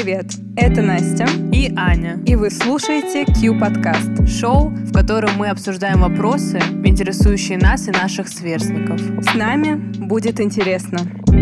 привет! Это Настя и Аня. И вы слушаете Q-подкаст. Шоу, в котором мы обсуждаем вопросы, интересующие нас и наших сверстников. С нами будет интересно.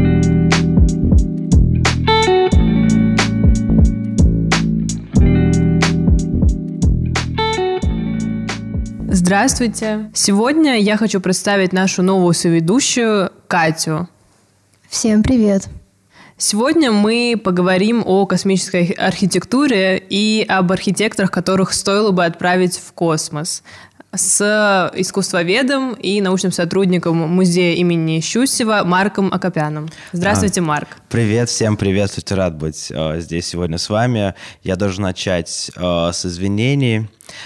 Здравствуйте! Сегодня я хочу представить нашу новую соведущую Катю. Всем привет! Сегодня мы поговорим о космической архитектуре и об архитекторах, которых стоило бы отправить в космос, с искусствоведом и научным сотрудником музея имени Щусева Марком Акопяном. Здравствуйте, Марк. Привет, всем приветствую, рад быть здесь сегодня с вами. Я должен начать с извинений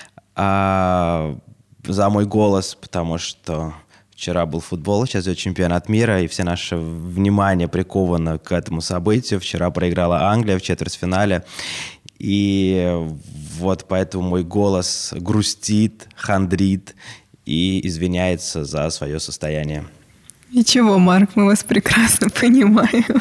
за мой голос, потому что вчера был футбол, сейчас идет чемпионат мира, и все наше внимание приковано к этому событию. Вчера проиграла Англия в четвертьфинале, и вот поэтому мой голос грустит, хандрит и извиняется за свое состояние. Ничего, Марк, мы вас прекрасно понимаем.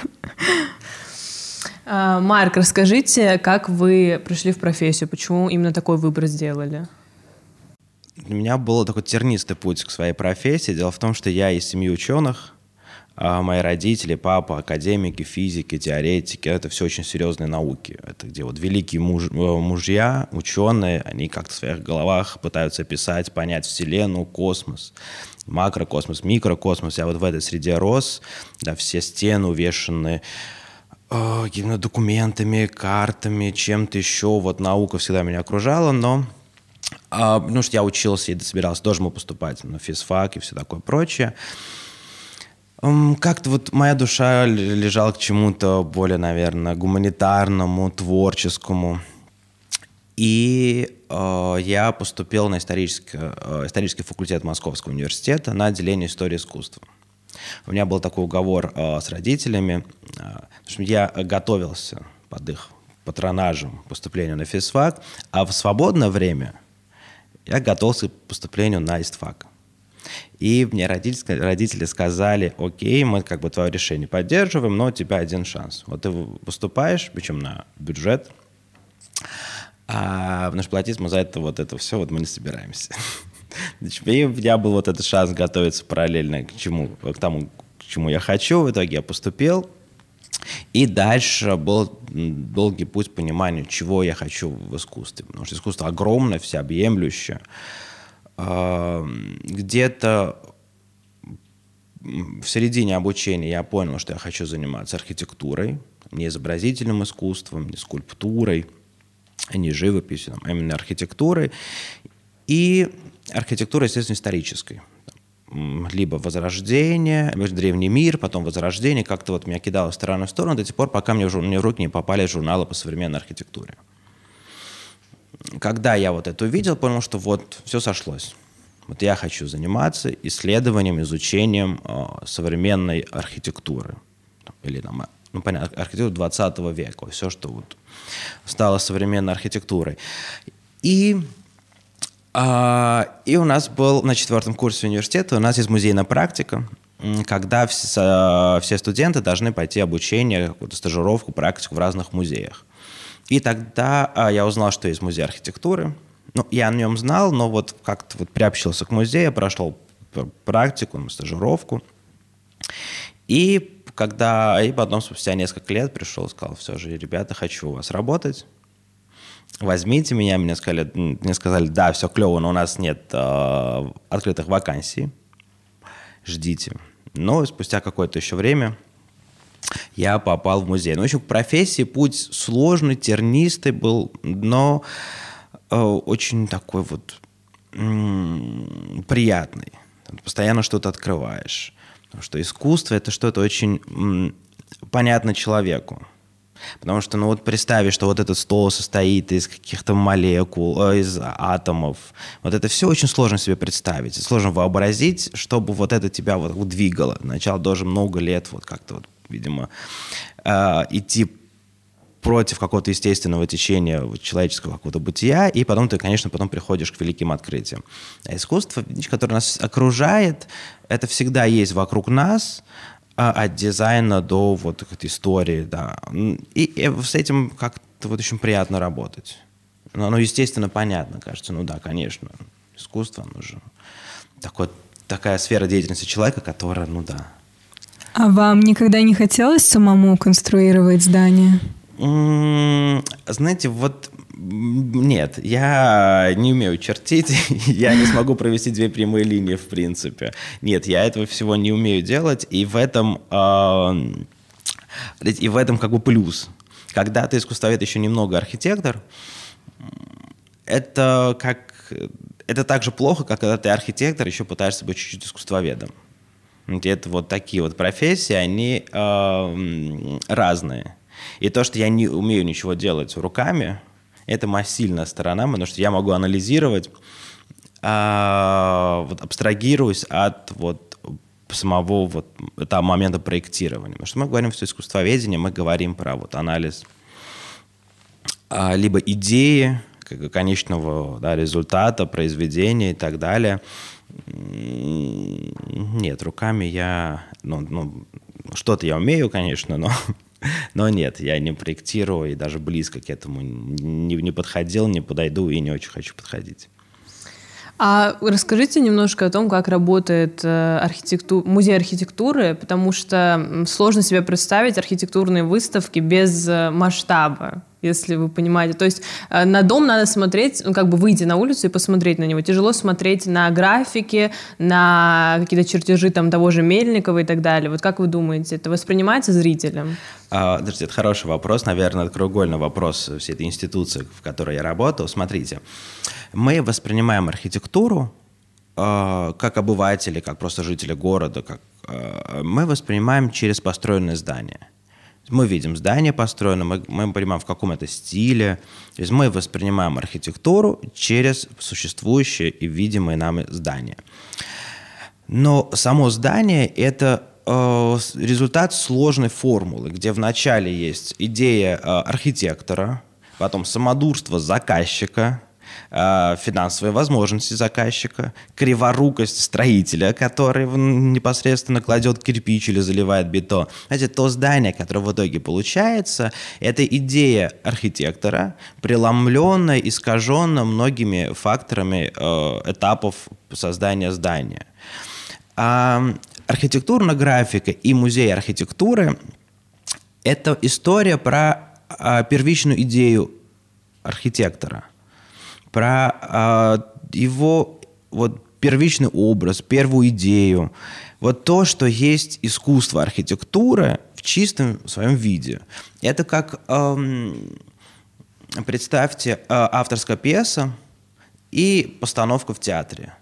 Марк, расскажите, как вы пришли в профессию, почему именно такой выбор сделали? У меня был такой тернистый путь к своей профессии. Дело в том, что я из семьи ученых. Мои родители, папа, академики, физики, теоретики. Это все очень серьезные науки. Это где вот великие мужья, ученые, они как-то в своих головах пытаются описать, понять Вселенную, космос, макрокосмос, микрокосмос. Я вот в этой среде рос. Да, все стены увешаны какими-то документами, картами, чем-то еще. Вот наука всегда меня окружала, но... Потому что я учился и собирался тоже поступать на физфак и все такое прочее. Как-то вот моя душа лежала к чему-то более, наверное, гуманитарному, творческому. И я поступил на исторический факультет Московского университета на отделение истории искусства. У меня был такой уговор с родителями, потому что я готовился под их патронажем к поступлению на физфак, а в свободное время я готовился к поступлению на истфак. И мне родители сказали: окей, мы как бы твое решение поддерживаем, но у тебя один шанс. Вот ты поступаешь, причем на бюджет, потому что платить мы за это все вот мы не собираемся. И у меня был вот этот шанс готовиться параллельно к тому, к чему я хочу. В итоге я поступил. И дальше был долгий путь к пониманию, чего я хочу в искусстве. Потому что искусство огромное, всеобъемлющее. Где-то в середине обучения я понял, что я хочу заниматься архитектурой, не изобразительным искусством, не скульптурой, не живописью, а именно архитектурой. И архитектурой, естественно, исторической. Либо возрождение, древний мир, потом возрождение. Как-то вот меня кидало в сторону в сторону до тех пор, пока мне в руки не попали журналы по современной архитектуре. Когда я вот это увидел, понял, что вот все сошлось. Вот я хочу заниматься исследованием, изучением современной архитектуры. Или, понятно, архитектуры 20 века. Все, что вот стало современной архитектурой. И у нас был на 4-м курсе университета, у нас есть музейная практика, когда все студенты должны пойти обучение, какую-то стажировку, практику в разных музеях. И тогда я узнал, что есть музей архитектуры. Ну, я о нем знал, но вот как-то вот приобщился к музею, прошел практику, стажировку. И потом спустя несколько лет пришел и сказал: все же, ребята, хочу у вас работать. Возьмите меня. Мне сказали: да, все клево, но у нас нет открытых вакансий. Ждите. Но спустя какое-то еще время я попал в музей. Ну, в общем, к профессии путь сложный, тернистый был, но очень такой вот приятный. Постоянно что-то открываешь. Потому что искусство – это что-то очень понятно человеку. Потому что, вот представь, что вот этот стол состоит из каких-то молекул, из атомов. Вот это все очень сложно себе представить. Сложно вообразить, чтобы вот это тебя вот двигало. Сначала должен много лет вот как-то вот, видимо, идти против какого-то естественного течения человеческого какого-то бытия, и потом ты, конечно, приходишь к великим открытиям. А искусство, которое нас окружает, это всегда есть вокруг нас, от дизайна до вот этой истории, да. И с этим как как-то вот очень приятно работать. Оно, естественно, понятно, кажется. Ну да, конечно, искусство, оно же такая сфера деятельности человека, которая, ну да. А вам никогда не хотелось самому конструировать здание? Знаете, вот нет, я не умею чертить, я не смогу провести 2 прямые линии, в принципе. Нет, я этого всего не умею делать, и в этом как бы плюс. Когда ты искусствовед, еще немного архитектор, это так же плохо, как когда ты архитектор, еще пытаешься быть чуть-чуть искусствоведом. Это вот такие вот профессии, они разные. И то, что я не умею ничего делать руками, это моя сильная сторона, потому что я могу анализировать, вот, абстрагируясь от вот самого вот этого момента проектирования. Потому что мы говорим, что искусствоведение, мы говорим про вот анализ либо идеи, конечного, да, результата, произведения и так далее. Нет, руками я... что-то я умею, конечно, но нет, я не проектирую и даже близко к этому не подходил, не подойду и не очень хочу подходить. А расскажите немножко о том, как работает музей архитектуры, потому что сложно себе представить архитектурные выставки без масштаба, если вы понимаете. То есть на дом надо смотреть, как бы выйти на улицу и посмотреть на него. Тяжело смотреть на графики, на какие-то чертежи там того же Мельникова и так далее. Вот как вы думаете, это воспринимается зрителем? Подождите, это хороший вопрос, наверное, это краеугольный вопрос всей этой институции, в которой я работал. Смотрите, мы воспринимаем архитектуру как обыватели, как просто жители города, мы воспринимаем через построенное здание. Мы видим здание построено, мы понимаем, в каком это стиле. То есть мы воспринимаем архитектуру через существующее и видимое нами здание. Но само здание – это результат сложной формулы, где вначале есть идея архитектора, потом самодурство заказчика, финансовые возможности заказчика, криворукость строителя, который непосредственно кладет кирпич или заливает бетон. Знаете, то здание, которое в итоге получается, это идея архитектора, преломленная, искаженная многими факторами этапов создания здания. Архитектурная графика и музей архитектуры – это история про первичную идею архитектора, про его вот первичный образ, первую идею. Вот то, что есть искусство архитектуры в чистом своем виде. Это как, представьте, авторская пьеса и постановка в театре.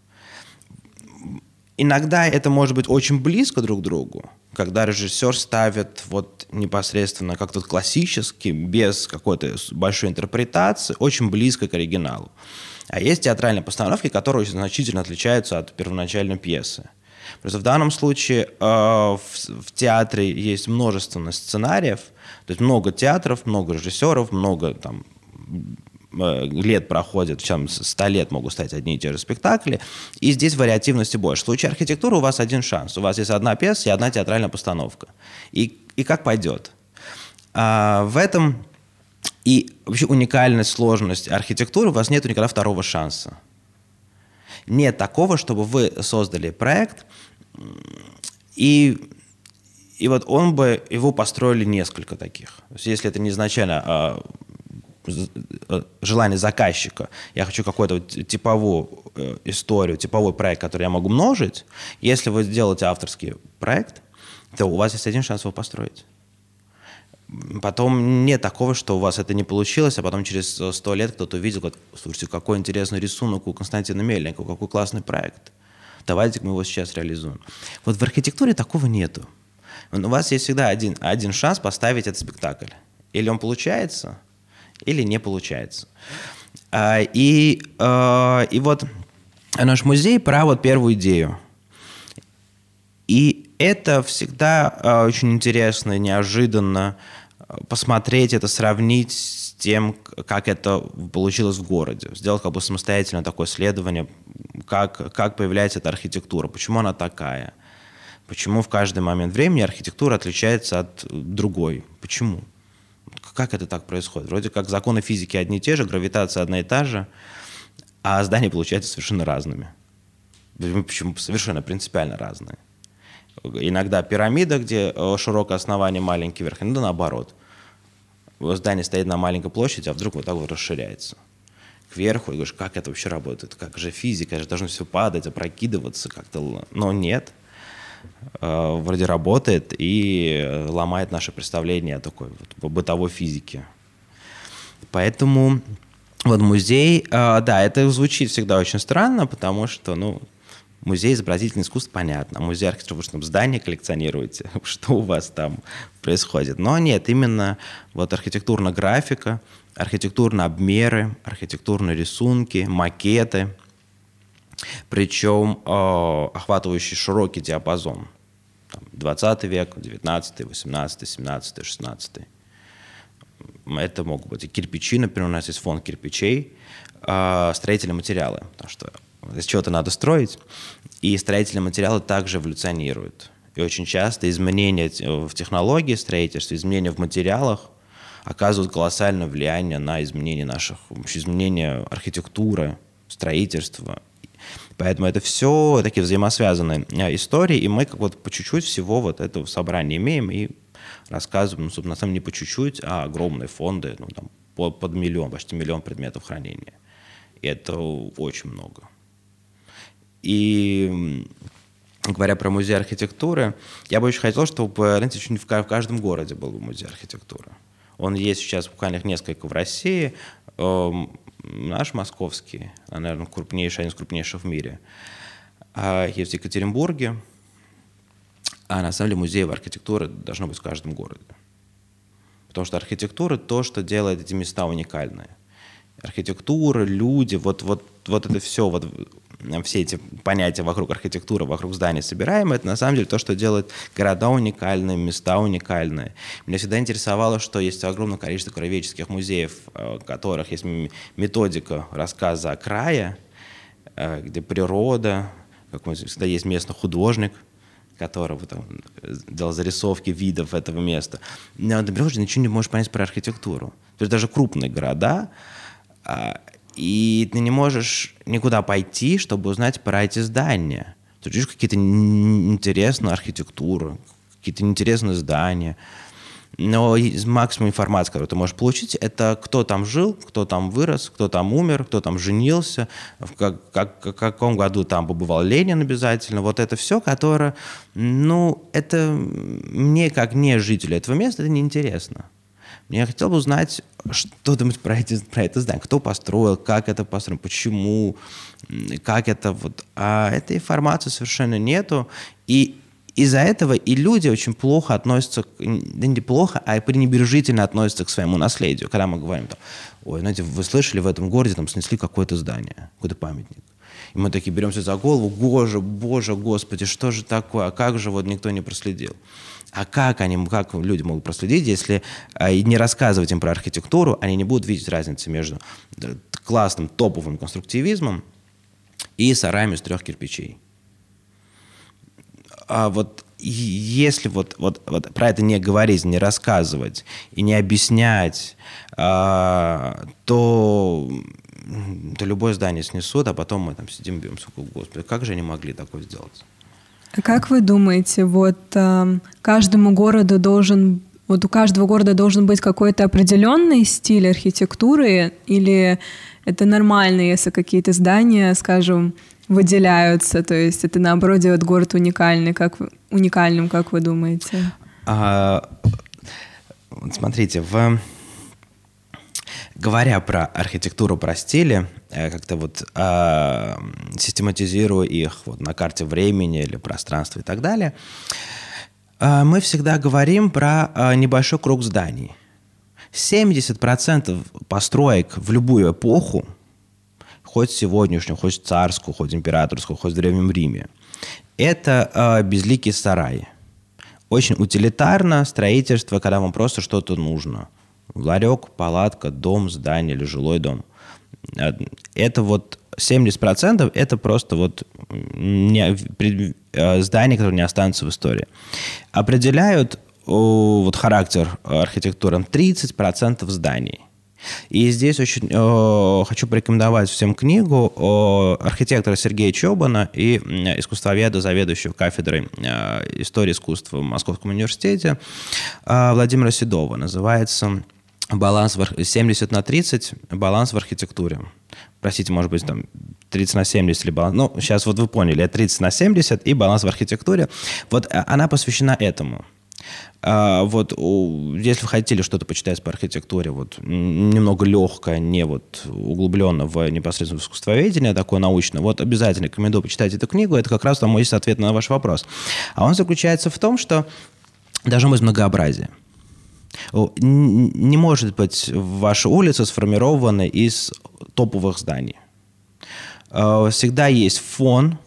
Иногда это может быть очень близко друг к другу, когда режиссер ставит вот непосредственно как тут классически, без какой-то большой интерпретации, очень близко к оригиналу. А есть театральные постановки, которые значительно отличаются от первоначальной пьесы. Просто в данном случае в театре есть множественность сценариев, то есть много театров, много режиссеров, много там лет проходит, чем 100 лет могут стать одни и те же спектакли, и здесь вариативности больше. В случае архитектуры у вас один шанс. У вас есть одна пьеса и одна театральная постановка. И как пойдет. В этом и вообще уникальность, сложность архитектуры, у вас нет никогда второго шанса. Нет такого, чтобы вы создали проект, и вот его построили несколько таких. То есть если это не изначально желание заказчика, я хочу какую-то типовую историю, типовой проект, который я могу множить. Если вы делаете авторский проект, то у вас есть один шанс его построить. Потом нет такого, что у вас это не получилось, а потом через 100 лет кто-то увидел, как, слушайте, какой интересный рисунок у Константина Мельникова, какой классный проект. Давайте мы его сейчас реализуем. Вот в архитектуре такого нету. У вас есть всегда один шанс поставить этот спектакль. Или он получается, или не получается. И вот наш музей про вот первую идею. И это всегда очень интересно и неожиданно посмотреть это, сравнить с тем, как это получилось в городе. Сделать как бы самостоятельно такое исследование, как появляется эта архитектура, почему она такая, почему в каждый момент времени архитектура отличается от другой, почему. Как это так происходит? Вроде как законы физики одни и те же, гравитация одна и та же, а здания получаются совершенно разными. Почему совершенно принципиально разные. Иногда пирамида, где широкое основание, маленький верх, иногда наоборот. Здание стоит на маленькой площади, а вдруг вот так вот расширяется кверху, и говоришь, как это вообще работает, как же физика, же должно все падать, опрокидываться как-то, но нет, вроде работает и ломает наше представление о такой вот бытовой физике. Поэтому вот музей, да, это звучит всегда очень странно, потому что, ну, музей изобразительного искусства, понятно, музей архитектуры, вы что, здание коллекционируете, что у вас там происходит. Но нет, именно вот архитектурная графика, архитектурные обмеры, архитектурные рисунки, макеты, причем охватывающий широкий диапазон. 20 век, 19, 18, 17, 16. Это могут быть и кирпичи, например, у нас есть фонд кирпичей, строительные материалы, потому что из чего-то надо строить, и строительные материалы также эволюционируют. И очень часто изменения в технологии строительства, изменения в материалах оказывают колоссальное влияние на изменение изменение архитектуры, строительства. Поэтому это все такие взаимосвязанные истории, и мы как вот по чуть-чуть всего вот этого собрания имеем и рассказываем, ну, на самом деле не по чуть-чуть, а огромные фонды, ну, там, под миллион, почти миллион предметов хранения. И это очень много. И говоря про музей архитектуры, я бы очень хотел, чтобы, знаете, чуть не в каждом городе был музей архитектуры. Он есть сейчас буквально несколько в России. Наш московский, наверное, крупнейший, один из крупнейших в мире. Есть в Екатеринбурге. А на самом деле музеев архитектуры должно быть в каждом городе. Потому что архитектура – то, что делает эти места уникальные. Архитектура, люди, вот это все, все эти понятия вокруг архитектуры, вокруг зданий собираемые, это на самом деле то, что делает города уникальные, места уникальные. Меня всегда интересовало, что есть огромное количество краеведческих музеев, в которых есть методика рассказа о крае, где природа, всегда есть местный художник, который делал зарисовки видов этого места. Но ты берешь, ничего не можешь понять про архитектуру. То есть даже крупные города, и ты не можешь никуда пойти, чтобы узнать про эти здания. Ты видишь какие-то интересные архитектуры, какие-то интересные здания. Но максимум информации, которую ты можешь получить, это кто там жил, кто там вырос, кто там умер, кто там женился, в каком году там побывал Ленин обязательно. Вот это все, которое, ну, это мне, как не жителю этого места, это неинтересно. Я хотел бы узнать, что думать про это здание, кто построил, как это построено, почему, как это вот. А этой информации совершенно нету, и из-за этого и люди очень плохо относятся, да не плохо, а пренебрежительно относятся к своему наследию. Когда мы говорим, там, ой, знаете, вы слышали, в этом городе там снесли какое-то здание, какой-то памятник. И мы такие беремся за голову, боже, господи, что же такое, а как же вот никто не проследил? А как люди могут проследить, если не рассказывать им про архитектуру, они не будут видеть разницы между классным топовым конструктивизмом и сараями из 3 кирпичей? А вот если вот про это не говорить, не рассказывать и не объяснять, то любое здание снесут, а потом мы там сидим и бьемся, господи, как же они могли такое сделать? А как вы думаете, каждому городу у каждого города должен быть какой-то определенный стиль архитектуры, или это нормально, если какие-то здания, скажем, выделяются, то есть это наоборот делает город уникальным, как вы думаете? Смотрите, говоря про архитектуру, про стили, как-то систематизируя их на карте времени или пространства и так далее, мы всегда говорим про небольшой круг зданий. 70% построек в любую эпоху, хоть сегодняшнюю, хоть царскую, хоть императорскую, хоть в Древнем Риме, это безликие сараи. Очень утилитарно строительство, когда вам просто что-то нужно. Ларек, палатка, дом, здание или жилой дом. Это 70% это просто здания, которые не останутся в истории. Определяют вот характер архитектуры, 30% зданий. И здесь очень хочу порекомендовать всем книгу архитектора Сергея Чобана и искусствоведа, заведующего кафедрой истории искусства в Московском университете Владимира Седова. Называется «Баланс 70/30. Баланс в архитектуре». Простите, может быть, там 30/70 или баланс. Ну, сейчас вот вы поняли, это 30/70 и баланс в архитектуре. Вот она посвящена этому. Вот, если вы хотели что-то почитать по архитектуре, вот, немного легкое, не вот углубленно в непосредственно в искусствоведение, такое научное, вот обязательно рекомендую почитать эту книгу, это как раз там есть ответ на ваш вопрос. А он заключается в том, что должно быть многообразие. Не может быть ваша улица сформирована из топовых зданий. Всегда есть фон,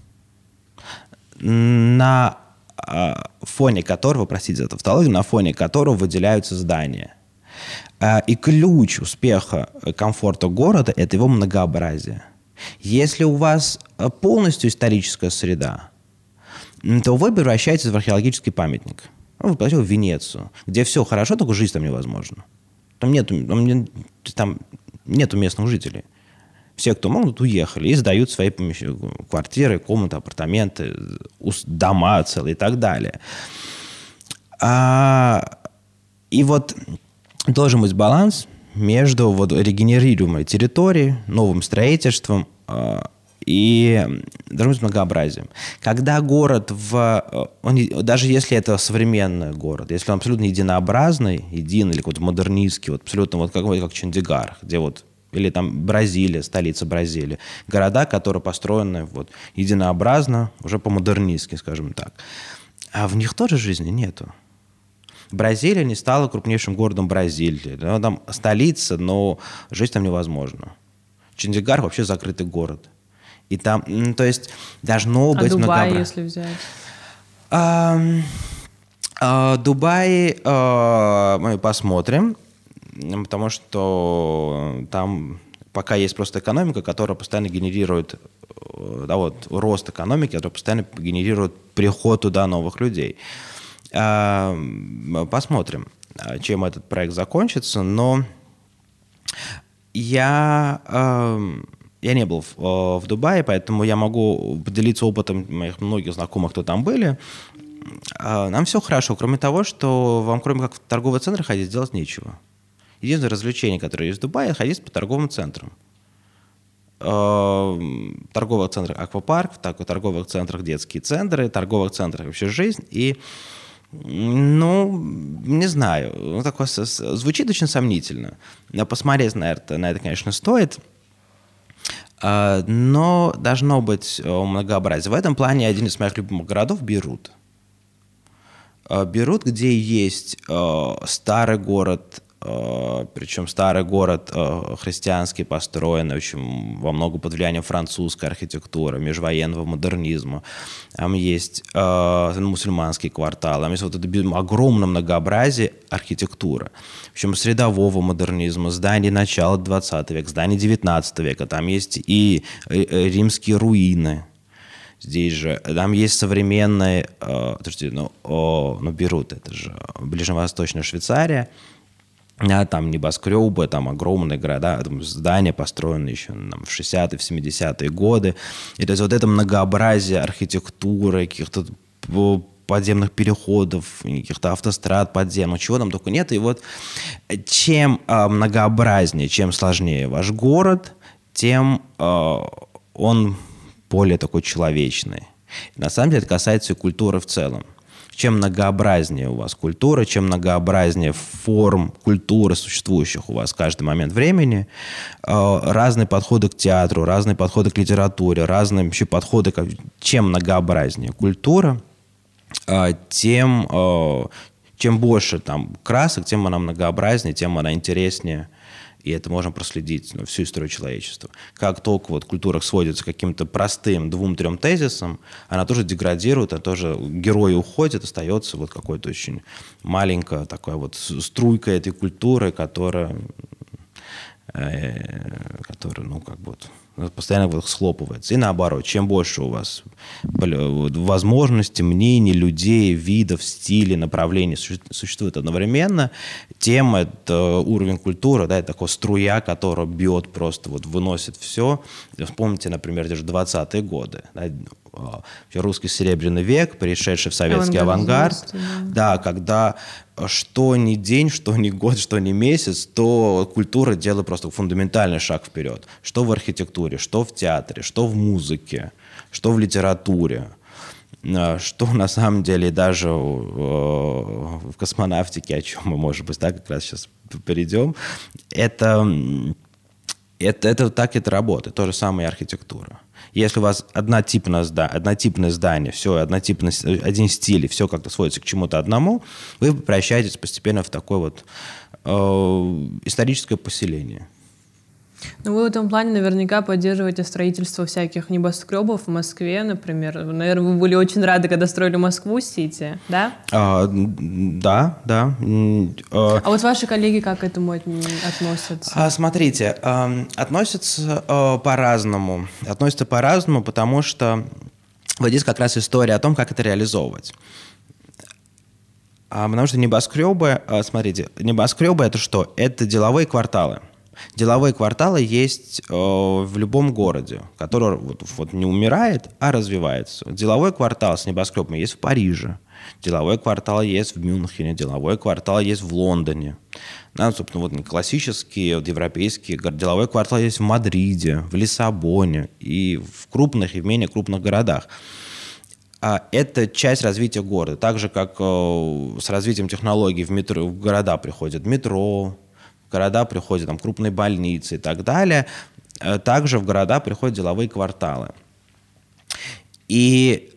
на фоне которого, простите за тавтологию, на фоне которого выделяются здания. И ключ успеха комфорта города – это его многообразие. Если у вас полностью историческая среда, то вы превращаетесь в археологический памятник. Вы попадете в Венецию, где все хорошо, только жизнь там невозможна. Там нету местных жителей. Все, кто могут, уехали и сдают свои квартиры, комнаты, апартаменты, дома целые и так далее. И вот должен быть баланс между вот регенерируемой территорией, новым строительством и должно быть многообразием. Когда город, даже если это современный город, если он абсолютно единообразный, единый или какой-то модернистский, вот абсолютно вот как Чандигар, где вот или там Бразилия, столица Бразилии. Города, которые построены вот единообразно, уже по-модернистски, скажем так. А в них тоже жизни нету. Бразилия не стала крупнейшим городом Бразилии. Там столица, но жить там невозможно. Чандигар вообще закрытый город. И там, то есть, должно быть Дубай, если взять? Дубай мы посмотрим. Потому что там пока есть просто экономика, которая постоянно генерирует, рост экономики, который постоянно генерирует приход туда новых людей. Посмотрим, чем этот проект закончится, но я не был в Дубае, поэтому я могу поделиться опытом моих многих знакомых, кто там были. Нам все хорошо, кроме того, что вам, кроме как в торговый центр ходить, делать нечего. Единственное развлечение, которое есть в Дубае, ходить по торговым центрам. Торговых центрах аквапарк, в торговых центрах детские центры, торговых центрах вообще жизнь. И, не знаю, такое звучит очень сомнительно. Посмотреть на это, конечно, стоит. Но должно быть многообразие. В этом плане один из моих любимых городов – Бейрут. Бейрут, где есть старый город, причем старый город христианский, построенный очень во многом под влиянием французской архитектуры, межвоенного модернизма. Там есть мусульманский квартал, там есть вот это огромное многообразие архитектуры. Причем средового модернизма, зданий начала 20 века, зданий 19 века. Там есть и римские руины. Здесь же, там есть современные, Бейрут, это же ближневосточная Швейцария. Там небоскребы, там огромные города, там здания построены еще в 60-е, в 70-е годы. И то есть вот это многообразие архитектуры, каких-то подземных переходов, каких-то автострад подземных, чего там только нет. И вот чем многообразнее, чем сложнее ваш город, тем он более такой человечный. И на самом деле это касается и культуры в целом. Чем многообразнее у вас культура, чем многообразнее форм культуры, существующих у вас в каждый момент времени, разные подходы к театру, разные подходы к литературе, разные вообще подходы, чем многообразнее культура, тем чем больше там красок, тем она многообразнее, тем она интереснее. И это можно проследить всю историю человечества. Как только вот культура сводится к каким-то простым 2-3 тезисам, она тоже деградирует, тоже герой уходит, остается вот какой-то очень маленькая такая вот струйка этой культуры, которая постоянно вот схлопывается. И наоборот, чем больше у вас возможностей, мнений, людей, видов, стилей, направлений существует одновременно, тем это уровень культуры, да, это такая струя, которая бьет просто, вот выносит все. Вспомните, например, те же 20-е годы, да, русский серебряный век, перешедший в советский авангард, да, когда что ни день, что ни год, что ни месяц, то культура делает просто фундаментальный шаг вперед. Что в архитектуре, что в театре, что в музыке, что в литературе, что на самом деле даже в космонавтике, о чем мы, может быть, да, как раз сейчас перейдем, это так это работает. То же самое и архитектура. Если у вас однотипное здание, все, один стиль, и все как-то сводится к чему-то одному, вы превращаетесь постепенно в такое вот историческое поселение. Ну, вы в этом плане наверняка поддерживаете строительство всяких небоскребов в Москве, например. Наверное, вы были очень рады, когда строили Москву-Сити, да? Да. А вот ваши коллеги как к этому относятся? Смотрите, относятся по-разному. Потому что вот здесь как раз история о том, как это реализовывать. Потому что небоскребы, смотрите, небоскребы – это что? Это деловые кварталы. Деловые кварталы есть в любом городе, который вот не умирает, а развивается. Деловой квартал с небоскребами есть в Париже, деловой квартал есть в Мюнхене, деловой квартал есть в Лондоне. Да, собственно, вот классические вот, европейские деловой квартал есть в Мадриде, в Лиссабоне и в крупных и в менее крупных городах. Это часть развития города. Так же, как с развитием технологий в города приходит метро, в города приходят там, крупные больницы и так далее. Также в города приходят деловые кварталы. И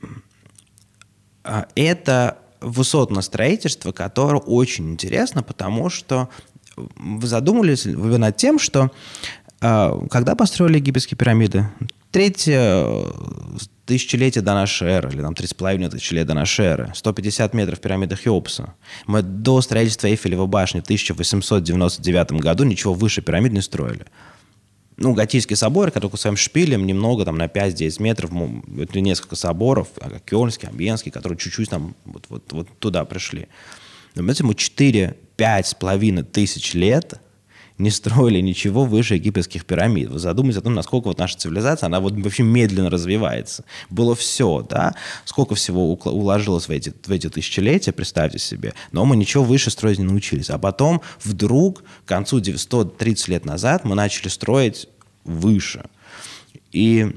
это высотное строительство, которое очень интересно, потому что вы задумались вы над тем, что когда построили египетские пирамиды? Третье тысячелетие до нашей эры, или там 3,5 тысячи лет до нашей эры, 150 метров пирамида Хеопса. Мы до строительства Эйфелевой башни в 1899 году ничего выше пирамид не строили. Ну, готический собор, который с своим шпилем немного, там, на 5-10 метров, это несколько соборов, Кёльнский, Амьенский, которые чуть-чуть там вот туда пришли. Но, понимаете, мы 4-5,5 тысяч лет не строили ничего выше египетских пирамид. Вы задумайтесь о том, насколько вот наша цивилизация, она вот вообще медленно развивается. Было все, да? Сколько всего уложилось в эти тысячелетия, представьте себе. Но мы ничего выше строить не научились. А потом вдруг к концу 130 лет назад мы начали строить выше. И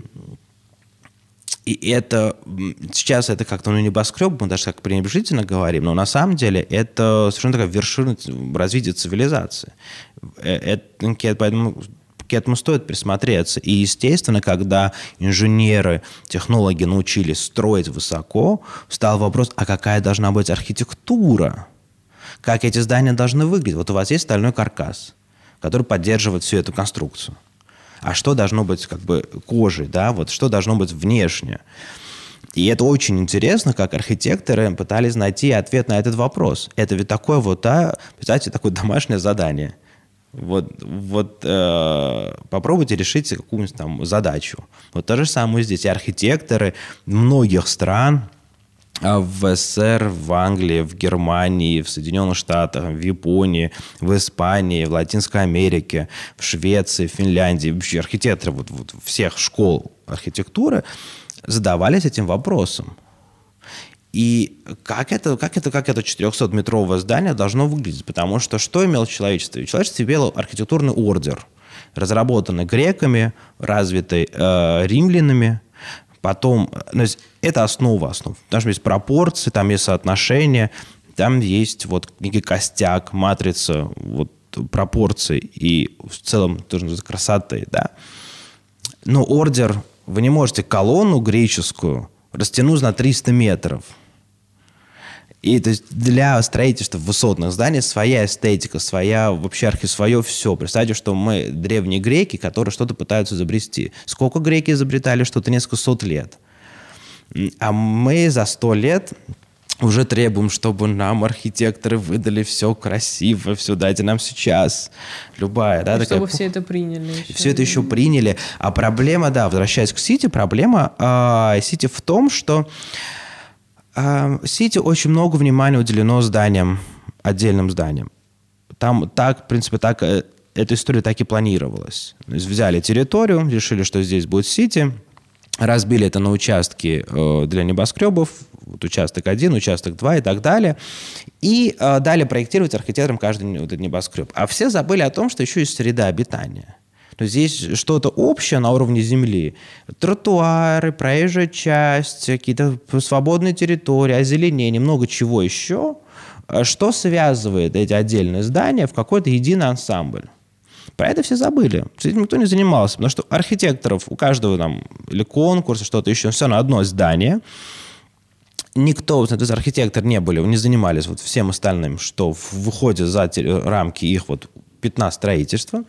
это сейчас это как-то небоскреб, мы даже как пренебрежительно говорим, но на самом деле это совершенно такая вершина развития цивилизации. Поэтому к этому стоит присмотреться. И, естественно, когда инженеры, технологи научились строить высоко, встал вопрос, а какая должна быть архитектура? Как эти здания должны выглядеть? Вот у вас есть стальной каркас, который поддерживает всю эту конструкцию. А что должно быть как бы кожей, да, вот что должно быть внешне. И это очень интересно, как архитекторы пытались найти ответ на этот вопрос. Это ведь такое вот, представьте, такое домашнее задание. Попробуйте решить какую-нибудь там задачу. Вот то же самое здесь. И архитекторы многих стран, в СССР, в Англии, в Германии, в Соединенных Штатах, в Японии, в Испании, в Латинской Америке, в Швеции, в Финляндии, вообще архитекторы вот всех школ архитектуры задавались этим вопросом. И как это 400-метровое здание должно выглядеть? Потому что имело человечество? Человечество имело архитектурный ордер, разработанный греками, развитый римлянами. Потом, это основа основ. Там есть пропорции, там есть соотношения, там есть вот некий костяк, матрица вот, пропорций и в целом тоже красоты, да. Но ордер, вы не можете колонну греческую растянуть на 300 метров. И то есть для строительства высотных зданий своя эстетика, своя вообще свое все. Представьте, что мы древние греки, которые что-то пытаются изобрести. Сколько греки изобретали что-то? Несколько сот лет. А мы за 100 лет уже требуем, чтобы нам архитекторы выдали все красиво, все дайте нам сейчас. Любая, да, чтобы такая... все это приняли. Все это еще приняли. А проблема, да, возвращаясь к Сити, проблема Сити в том, что Сити очень много внимания уделено зданиям, отдельным зданиям. Там так, в принципе, так эта история так и планировалась. То есть взяли территорию, решили, что здесь будет Сити, разбили это на участки для небоскребов, вот участок 1, участок 2 и так далее, и дали проектировать архитекторам каждый вот этот небоскреб. А все забыли о том, что еще есть среда обитания. То есть здесь что-то общее на уровне земли. Тротуары, проезжая часть, какие-то свободные территории, озеленение, много чего еще, что связывает эти отдельные здания в какой-то единый ансамбль. Про это все забыли. С этим никто не занимался. Потому что архитекторов у каждого там или конкурса, что-то еще, все на одно здание. Никто, то есть архитекторы не занимались вот всем остальным, что выходит за рамки их вот пятна строительства.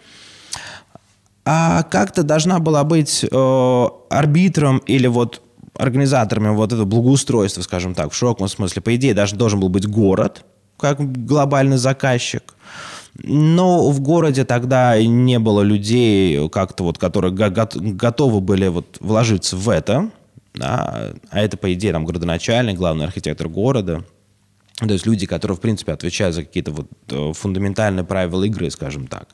А как-то должна была быть арбитром или вот организаторами вот этого благоустройства, скажем так, в широком смысле. По идее, даже должен был быть город, как глобальный заказчик. Но в городе тогда не было людей, как-то вот, которые готовы были вот вложиться в это. Да? А это, по идее, там, городоначальник, главный архитектор города. То есть люди, которые, в принципе, отвечают за какие-то вот фундаментальные правила игры, скажем так.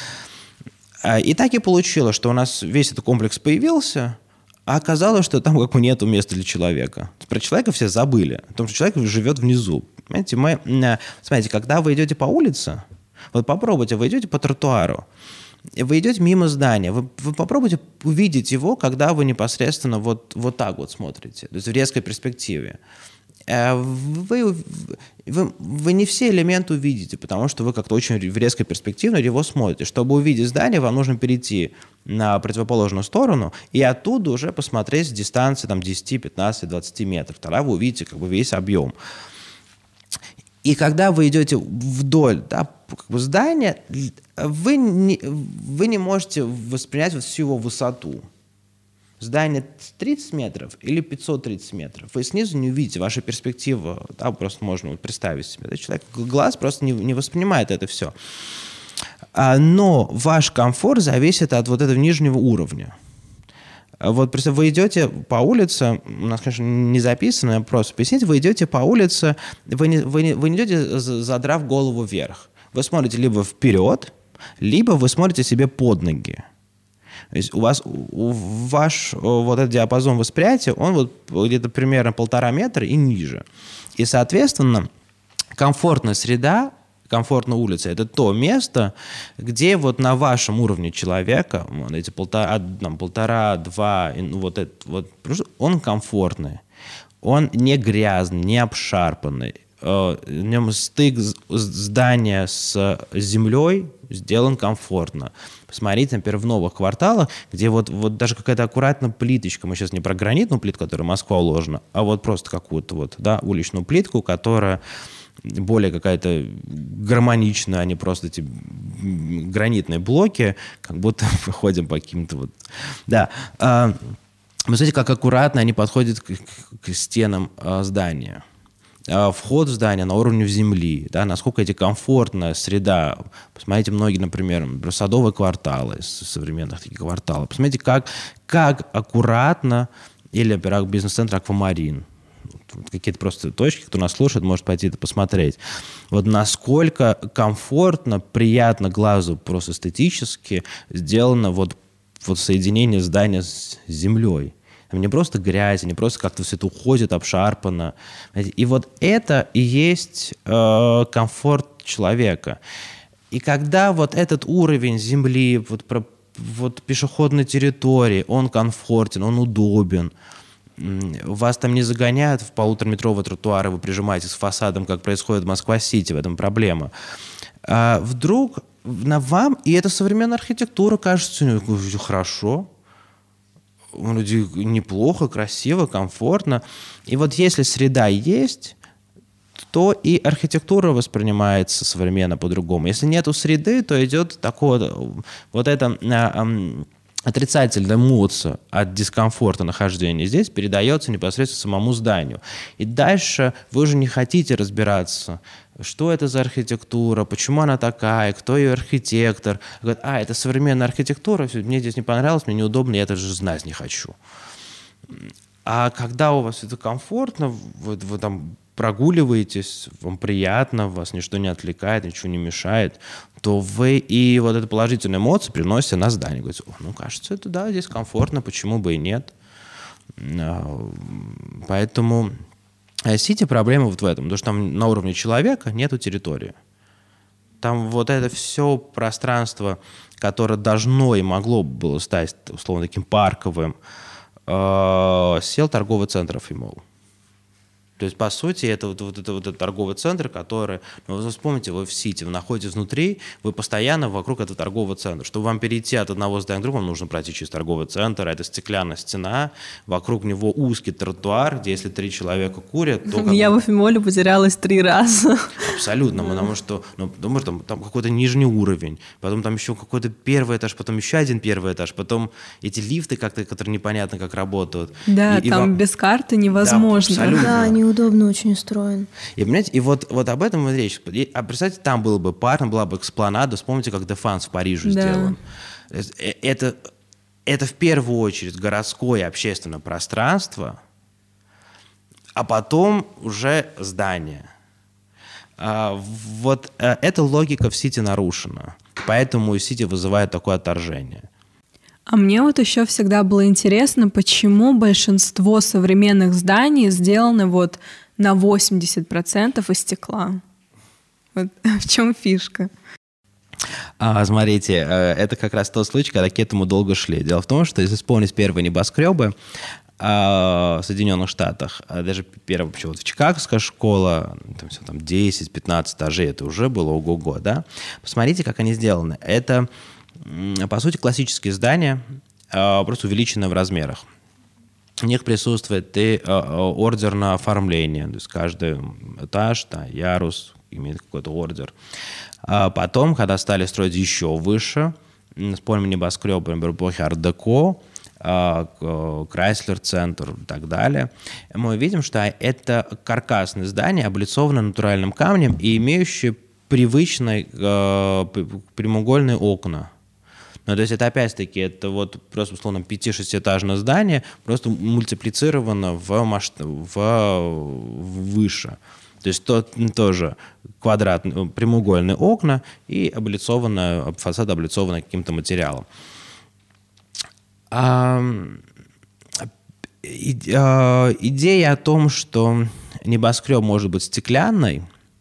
И так и получилось, что у нас весь этот комплекс появился, а оказалось, что там как бы нету места для человека. Про человека все забыли, о том, что человек живет внизу. Понимаете, смотрите, когда вы идете по улице, вот попробуйте, вы идете по тротуару, вы идете мимо здания, вы попробуйте увидеть его, когда вы непосредственно вот так вот смотрите, то есть в резкой перспективе. Вы не все элементы увидите, потому что вы как-то очень в резкой перспективе на него смотрите. Чтобы увидеть здание, вам нужно перейти на противоположную сторону и оттуда уже посмотреть с дистанции там, 10, 15, 20 метров. Тогда вы увидите как бы весь объем. И когда вы идете вдоль как бы здания, вы не можете воспринять вот всю его высоту. Здание 30 метров или 530 метров. Вы снизу не увидите, ваша перспектива, да, просто можно вот представить себе. Да, человек, глаз просто не воспринимает это все. Но ваш комфорт зависит от вот этого нижнего уровня. Вот вы идете по улице, у нас, конечно, не записано, я просто объясните, вы идете по улице, вы не идете, задрав голову вверх. Вы смотрите либо вперед, либо вы смотрите себе под ноги. То есть ваш вот этот диапазон восприятия, он вот где-то примерно 1,5 метра и ниже. И, соответственно, комфортная среда, комфортная улица – это то место, где вот на вашем уровне человека, вот эти 1,5-2, он комфортный, он не грязный, не обшарпанный. В нем стык здания с землей сделан комфортно. Посмотрите, например, в новых кварталах, где вот даже какая-то аккуратная плиточка, мы сейчас не про гранитную плитку, которая Москва уложена, а вот просто какую-то вот, да, уличную плитку, которая более какая-то гармоничная, а не просто эти гранитные блоки, как будто мы ходим по каким-то вот... Да. Вы смотрите, как аккуратно они подходят к стенам здания. Вход в здание на уровне земли, да, насколько эти комфортная среда. Посмотрите, многие, например, садовые кварталы, современных таких кварталов. Посмотрите, как аккуратно, или, например, бизнес-центр «Аквамарин». Вот какие-то просто точки, кто нас слушает, может пойти это посмотреть. Вот насколько комфортно, приятно глазу, просто эстетически сделано вот соединение здания с землей. Там не просто грязь, не просто как-то все это уходит, обшарпано. И вот это и есть комфорт человека. И когда вот этот уровень земли, вот пешеходной территории, он комфортен, он удобен, вас там не загоняют в 1,5-метровые тротуары, вы прижимаетесь к фасадам, как происходит в Москва-Сити, в этом проблема. А вдруг на вам, и эта современная архитектура кажется хорошо, вроде неплохо, красиво, комфортно. И вот если среда есть, то и архитектура воспринимается современно по-другому. Если нету среды, то идет такое вот это отрицательная эмоция от дискомфорта нахождения здесь передается непосредственно самому зданию. И дальше вы уже не хотите разбираться, что это за архитектура, почему она такая, кто ее архитектор. Говорят, это современная архитектура, мне здесь не понравилось, мне неудобно, я это же знать не хочу. А когда у вас это комфортно, вы там прогуливаетесь, вам приятно, вас ничто не отвлекает, ничего не мешает, то вы и вот эту положительную эмоцию приносите на здание. Говорите, кажется, это да, здесь комфортно, почему бы и нет. Поэтому Сити проблема вот в этом, потому что там на уровне человека нету территории. Там вот это все пространство, которое должно и могло было стать, условно, таким парковым, сел торговый центр ФИМОЛ. То есть, по сути, это вот этот торговый центр, который... вы вспомните, вы в Сити, вы находитесь внутри, вы постоянно вокруг этого торгового центра. Чтобы вам перейти от одного здания к другому, вам нужно пройти через торговый центр, это стеклянная стена, вокруг него узкий тротуар, где если 3 человека курят, то... Я в ФИМОЛе потерялась 3 раза. Абсолютно, потому что, думаешь, там какой-то нижний уровень, потом там еще какой-то первый этаж, потом еще один первый этаж, потом эти лифты, которые непонятно как работают. Да, там без карты невозможно. Да, абсолютно. Да, неудобно очень устроен. И, понимаете, и вот об этом и речь. А представьте, там был бы парк, была бы экспланада. Вспомните, как Дефанс в Париже сделан. Это в первую очередь городское общественное пространство, а потом уже здание. Вот эта логика в Сити нарушена. Поэтому и Сити вызывает такое отторжение. А мне вот еще всегда было интересно, почему большинство современных зданий сделаны вот на 80% из стекла. Вот в чем фишка? Смотрите, это как раз тот случай, когда к этому долго шли. Дело в том, что если вспомнить первые небоскребы в Соединенных Штатах, даже первая вот в Чикагская школа, там 10-15 этажей, это уже было ого-го, да? Посмотрите, как они сделаны. Это, по сути, классические здания, просто увеличенные в размерах. У них присутствует и ордерное оформление, то есть каждый этаж, ярус имеет какой-то ордер. Потом, когда стали строить еще выше, вспомним небоскребы, например, эпохи Ар-деко, Крайслер-центр и так далее, мы видим, что это каркасные здания, облицованные натуральным камнем и имеющие привычные прямоугольные окна. То есть это опять-таки это вот просто условно 5-6-этажное здание, просто мультиплицировано выше. То есть тоже квадратные, прямоугольные окна и фасад облицован каким-то материалом. Идея о том, что небоскреб может быть стеклянной,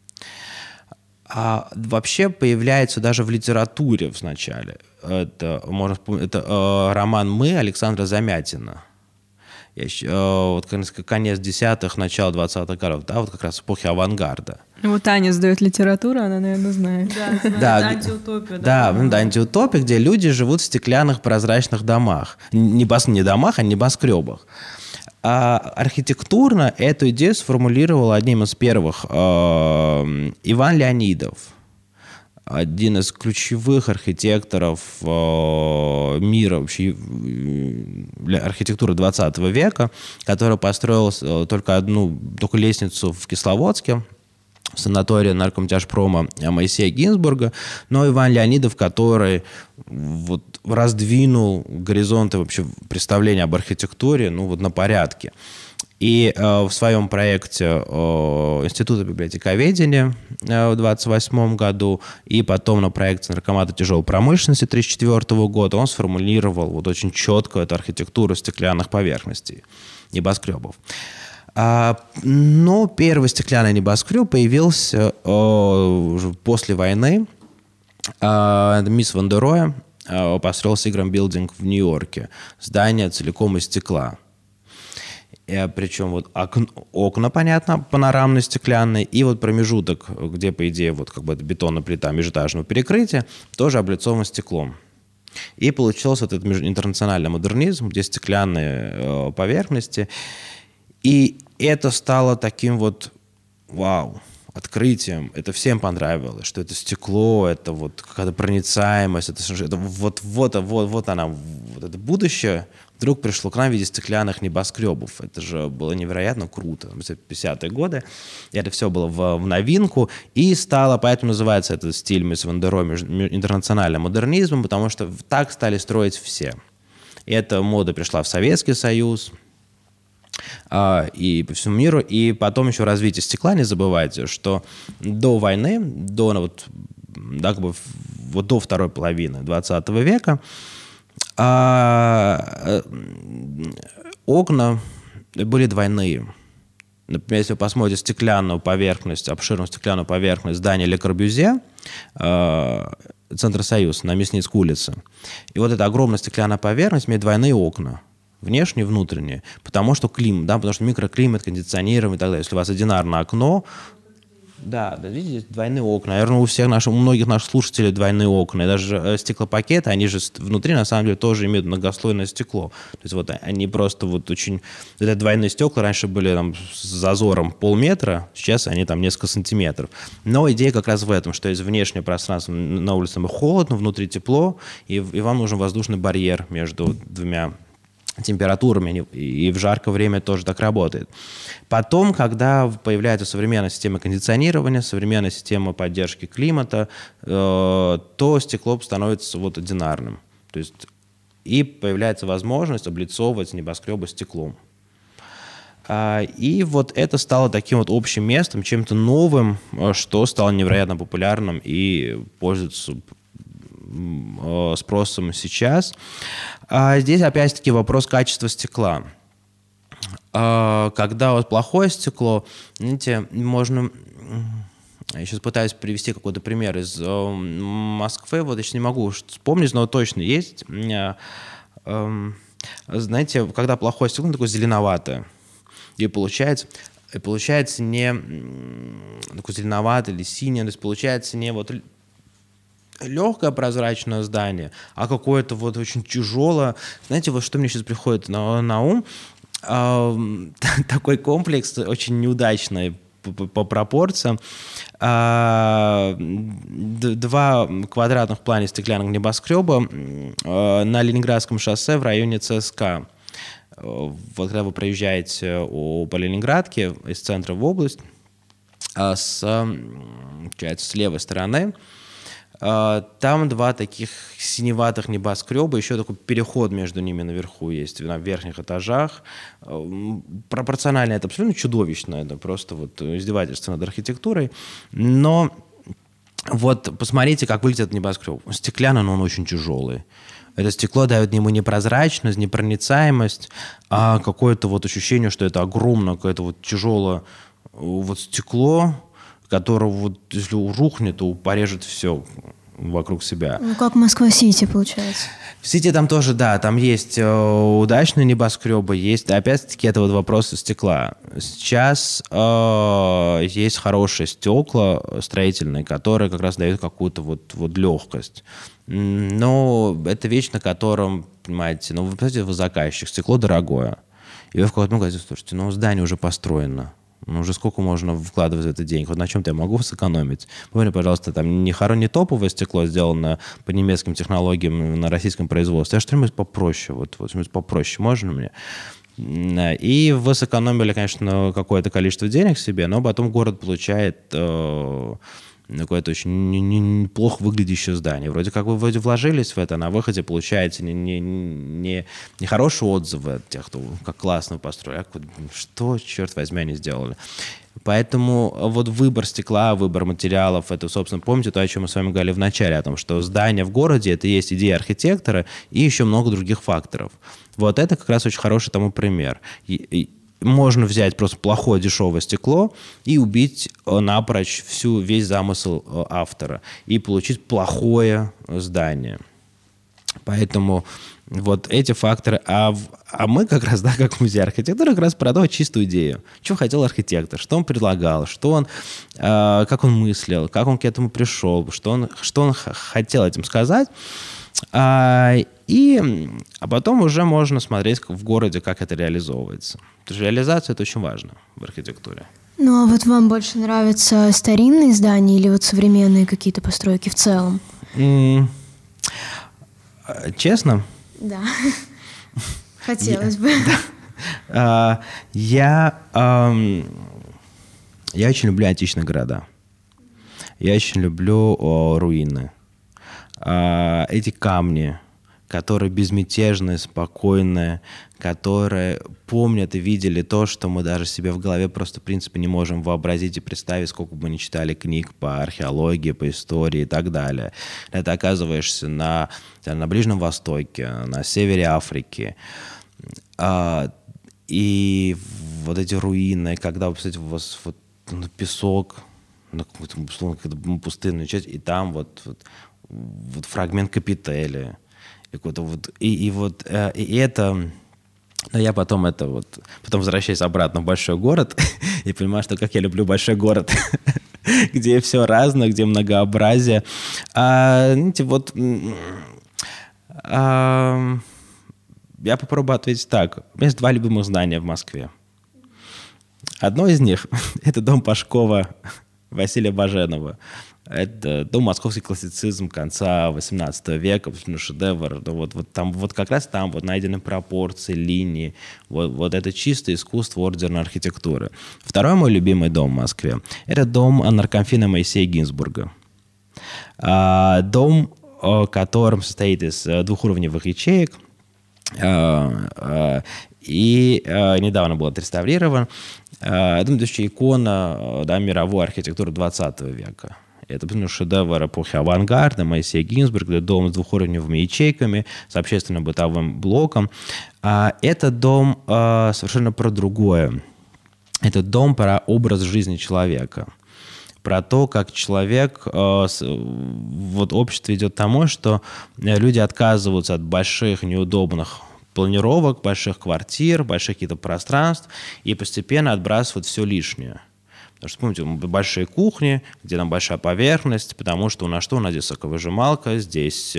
вообще появляется даже в литературе вначале. Это роман «Мы» Александра Замятина. Вот конец 10-х, начало 20-х годов, да, вот как раз эпохи авангарда. Вот Аня сдает литературу, она, наверное, знает. Да, это антиутопия. Да, антиутопия, где люди живут в стеклянных прозрачных домах. Не домах, а небоскребах. А архитектурно эту идею сформулировал одним из первых Иван Леонидов, один из ключевых архитекторов мира, вообще архитектуры 20 века, который построил только лестницу в Кисловодске, в санатории наркомтяжпрома Моисея Гинзбурга, но Иван Леонидов, который вот раздвинул горизонты вообще представления об архитектуре на порядке. И в своем проекте Института библиотековедения в 1928 году и потом на проекте Наркомата тяжелой промышленности 1934 года он сформулировал вот очень четко эту архитектуру стеклянных поверхностей, небоскребов. Но первый стеклянный небоскреб появился уже после войны. Мисс Ван дер Роэ построил Сиграм Билдинг в Нью-Йорке. Здание целиком из стекла. Причем вот окна, понятно, панорамные, стеклянные, и вот промежуток, где, по идее, вот как бы это бетонная плита межэтажного перекрытия, тоже облицован стеклом. И получился этот интернациональный модернизм, где стеклянные поверхности. И это стало таким вот вау. открытием. Это всем понравилось, что это стекло, это вот какая-то проницаемость, это вот она, вот это будущее вдруг пришло к нам в виде стеклянных небоскребов. Это же было невероятно круто. 50-е годы. И это все было в новинку. И стало, поэтому называется этот стиль Мисс Ван дер Рой интернациональным модернизмом, потому что так стали строить все. И эта мода пришла в Советский Союз и по всему миру. И потом еще развитие стекла. Не забывайте, что до войны, до второй половины 20 века, окна были двойные. Например, если вы посмотрите стеклянную поверхность, обширную стеклянную поверхность здания Ле Корбюзье, Центр Союз на Мясницкой улице, и вот эта огромная стеклянная поверхность имеет двойные окна. Внешние и внутренние. Потому что климат, потому что микроклимат, кондиционирование и так далее. Если у вас одинарное окно, да, видите, двойные окна. Наверное, у многих наших слушателей двойные окна. И даже стеклопакеты, они же внутри, на самом деле, тоже имеют многослойное стекло. То есть вот они просто вот очень... Это двойные стекла раньше были там с зазором полметра, сейчас они там несколько сантиметров. Но идея как раз в этом, что есть внешнее пространство, на улице холодно, внутри тепло, и вам нужен воздушный барьер между двумя температурами, и в жаркое время тоже так работает. Потом, когда появляется современная система кондиционирования, современная система поддержки климата, то стекло становится вот одинарным. То есть, и появляется возможность облицовывать небоскребы стеклом. И вот это стало таким вот общим местом, чем-то новым, что стало невероятно популярным и пользуется спросом сейчас. Здесь опять-таки вопрос качества стекла. Когда вот плохое стекло, знаете, можно... Я сейчас пытаюсь привести какой-то пример из Москвы, вот я сейчас не могу вспомнить, но точно есть. Знаете, когда плохое стекло, такое зеленоватое, и получается не такое зеленоватое или синее, то есть получается не вот легкое прозрачное здание, а какое-то вот очень тяжелое. Знаете, вот что мне сейчас приходит на ум? Такой комплекс очень неудачный по пропорциям. 2 квадратных в плане стеклянных небоскреба на Ленинградском шоссе в районе ЦСКА. Вот когда вы проезжаете по Ленинградке из центра в область, с левой стороны, там 2 таких синеватых небоскреба, еще такой переход между ними наверху есть, на верхних этажах. Пропорционально это абсолютно чудовищно, это просто вот издевательство над архитектурой. Но вот посмотрите, как выглядит этот небоскреб. Стеклянный, но он очень тяжелый. Это стекло дает ему непрозрачность, непроницаемость, а какое-то вот ощущение, что это огромное, какое-то вот тяжелое вот стекло, которого вот если рухнет, то порежет все вокруг себя. Ну, как Москва-Сити, получается. В Сити там тоже, да, там есть удачные небоскребы, есть, опять-таки, это вот вопрос стекла. Сейчас есть хорошие стекла строительные, которые как раз дают какую-то вот легкость. Но это вещь, на котором, понимаете, вы представляете, вы заказчик, стекло дорогое. И вы в какой-то момент говорите, слушайте, здание уже построено. Уже сколько можно вкладывать в это денег? Вот на чем-то я могу сэкономить. Помни, пожалуйста, там не топовое стекло, сделано по немецким технологиям на российском производстве, а что-нибудь попроще. Вот что-нибудь попроще можно мне? И вы сэкономили, конечно, какое-то количество денег себе, но потом город получает какое-то очень неплохо выглядящее здание. Вроде как вы вложились в это, а на выходе получаете не хорошие отзывы от тех, кто как классно построил, а что, черт возьми, они сделали. Поэтому вот выбор стекла, выбор материалов, это, собственно, помните то, о чем мы с вами говорили в начале, о том, что здание в городе — это есть идея архитектора и еще много других факторов. Вот это как раз очень хороший тому пример. Можно взять просто плохое дешевое стекло и убить напрочь весь замысел автора и получить плохое здание. Поэтому вот эти факторы. А мы как раз, как музей архитектуры, как раз продавать чистую идею. Что хотел архитектор, что он предлагал, как он мыслил, как он к этому пришел, что он хотел этим сказать. А потом уже можно смотреть в городе, как это реализовывается. Потому что реализация — это очень важно в архитектуре. Ну, а вот вам больше нравятся старинные здания или вот современные какие-то постройки в целом? Честно? Да. Хотелось бы. Я очень люблю античные города. Я очень люблю руины. Эти камни, которые безмятежные, спокойные, которые помнят и видели то, что мы даже себе в голове просто, в принципе, не можем вообразить и представить, сколько бы мы ни читали книг по археологии, по истории и так далее. Когда ты оказываешься на Ближнем Востоке, на севере Африки, и вот эти руины, когда, кстати, у вас вот песок, на какую-то, условно, пустынную часть, и там вот фрагмент капители. И это... Но я потом возвращаюсь обратно в большой город и понимаю, что как я люблю большой город, где все разное, где многообразие. Я попробую ответить так. У меня есть 2 любимых здания в Москве. Одно из них – это дом Пашкова Василия Баженова. Это московский классицизм конца XVIII века, шедевр. Вот как раз там найдены пропорции, линии. Вот это чистое искусство ордерной архитектуры. Второй мой любимый дом в Москве – это дом наркомфина Моисея Гинзбурга. Дом, которым состоит из 2-уровневых ячеек, и недавно был отреставрирован. Это еще икона мировой архитектуры 20 века. Это шедевр эпохи авангарда Моисея Гинзбурга, дом с 2-уровневыми ячейками, с общественно-бытовым блоком. Это дом совершенно про другое. Это дом про образ жизни человека. Про то, как человек, общество идет к тому, что люди отказываются от больших, неудобных планировок, больших квартир, больших каких-то пространств и постепенно отбрасывают все лишнее. Потому что, помните, большие кухни, где там большая поверхность, потому что у нас здесь соковыжималка, здесь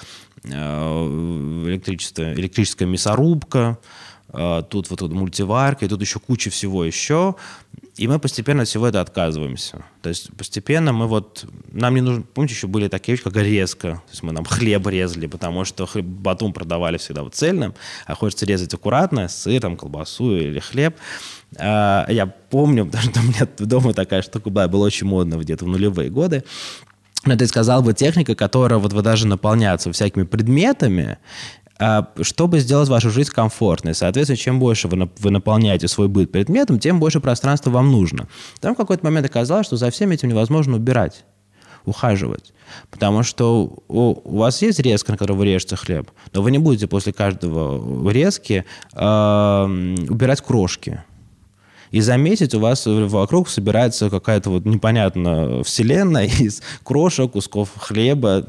электрическая мясорубка, тут мультиварка, и тут еще куча всего еще. И мы постепенно от всего этого отказываемся. То есть постепенно нам не нужно... Помните, еще были такие вещи, как резка. То есть мы нам хлеб резали, потому что батон продавали всегда цельным, а хочется резать аккуратно, сыр, колбасу или хлеб. Я помню, потому что у меня дома такая штука была, было очень модно где-то в нулевые годы. Но ты сказал бы, техника, которая вы даже наполняется всякими предметами, чтобы сделать вашу жизнь комфортной. Соответственно, чем больше вы наполняете свой быт предметом, тем больше пространства вам нужно. Там в какой-то момент оказалось, что за всем этим невозможно убирать, ухаживать. Потому что у вас есть резка, на которой вы режете хлеб, но вы не будете после каждого резки убирать крошки. И за месяц у вас вокруг собирается какая-то непонятная вселенная из крошек, кусков хлеба,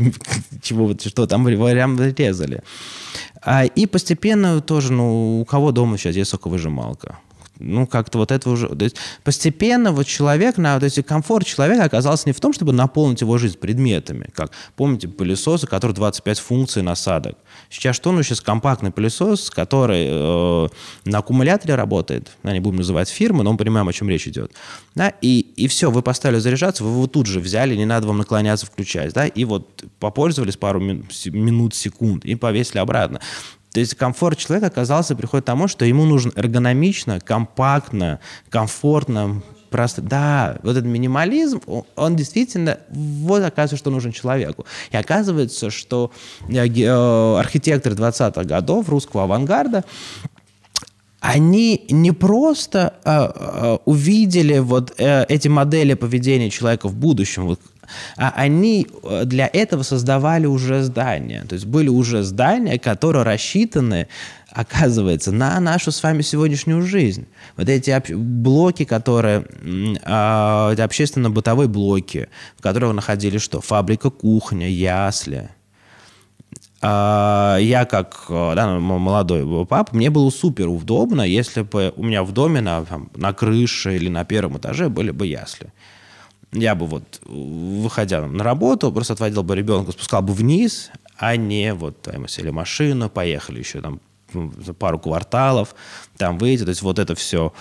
что там прям резали. И постепенно тоже, у кого дома сейчас есть соковыжималка? Как-то это уже... То есть постепенно человек, то есть комфорт человека оказался не в том, чтобы наполнить его жизнь предметами, как, помните, пылесосы, которые 25 функций насадок. Сейчас сейчас компактный пылесос, который на аккумуляторе работает, не будем называть фирмы, но мы понимаем, о чем речь идет. Да? И все, вы поставили заряжаться, вы его тут же взяли, не надо вам наклоняться, включать, да? И попользовались пару минут, секунд и повесили обратно. То есть комфорт человека приходит к тому, что ему нужно эргономично, компактно, комфортно, просто... Да, этот минимализм, он действительно... оказывается, что нужен человеку. И оказывается, что архитекторы 20-х годов русского авангарда, они не просто увидели эти модели поведения человека в будущем, а они для этого создавали уже здания. То есть были уже здания, которые рассчитаны, оказывается, на нашу с вами сегодняшнюю жизнь. Эти блоки, которые... эти общественно-бытовые блоки, в которых находились что? Фабрика, кухня, ясли. Я, как молодой папа, мне было супер удобно, если бы у меня в доме на крыше или на первом этаже были бы ясли. Я бы выходя на работу, просто отводил бы ребенка, спускал бы вниз, а не мы сели в машину, поехали еще за пару кварталов там выйти, то есть вот это все.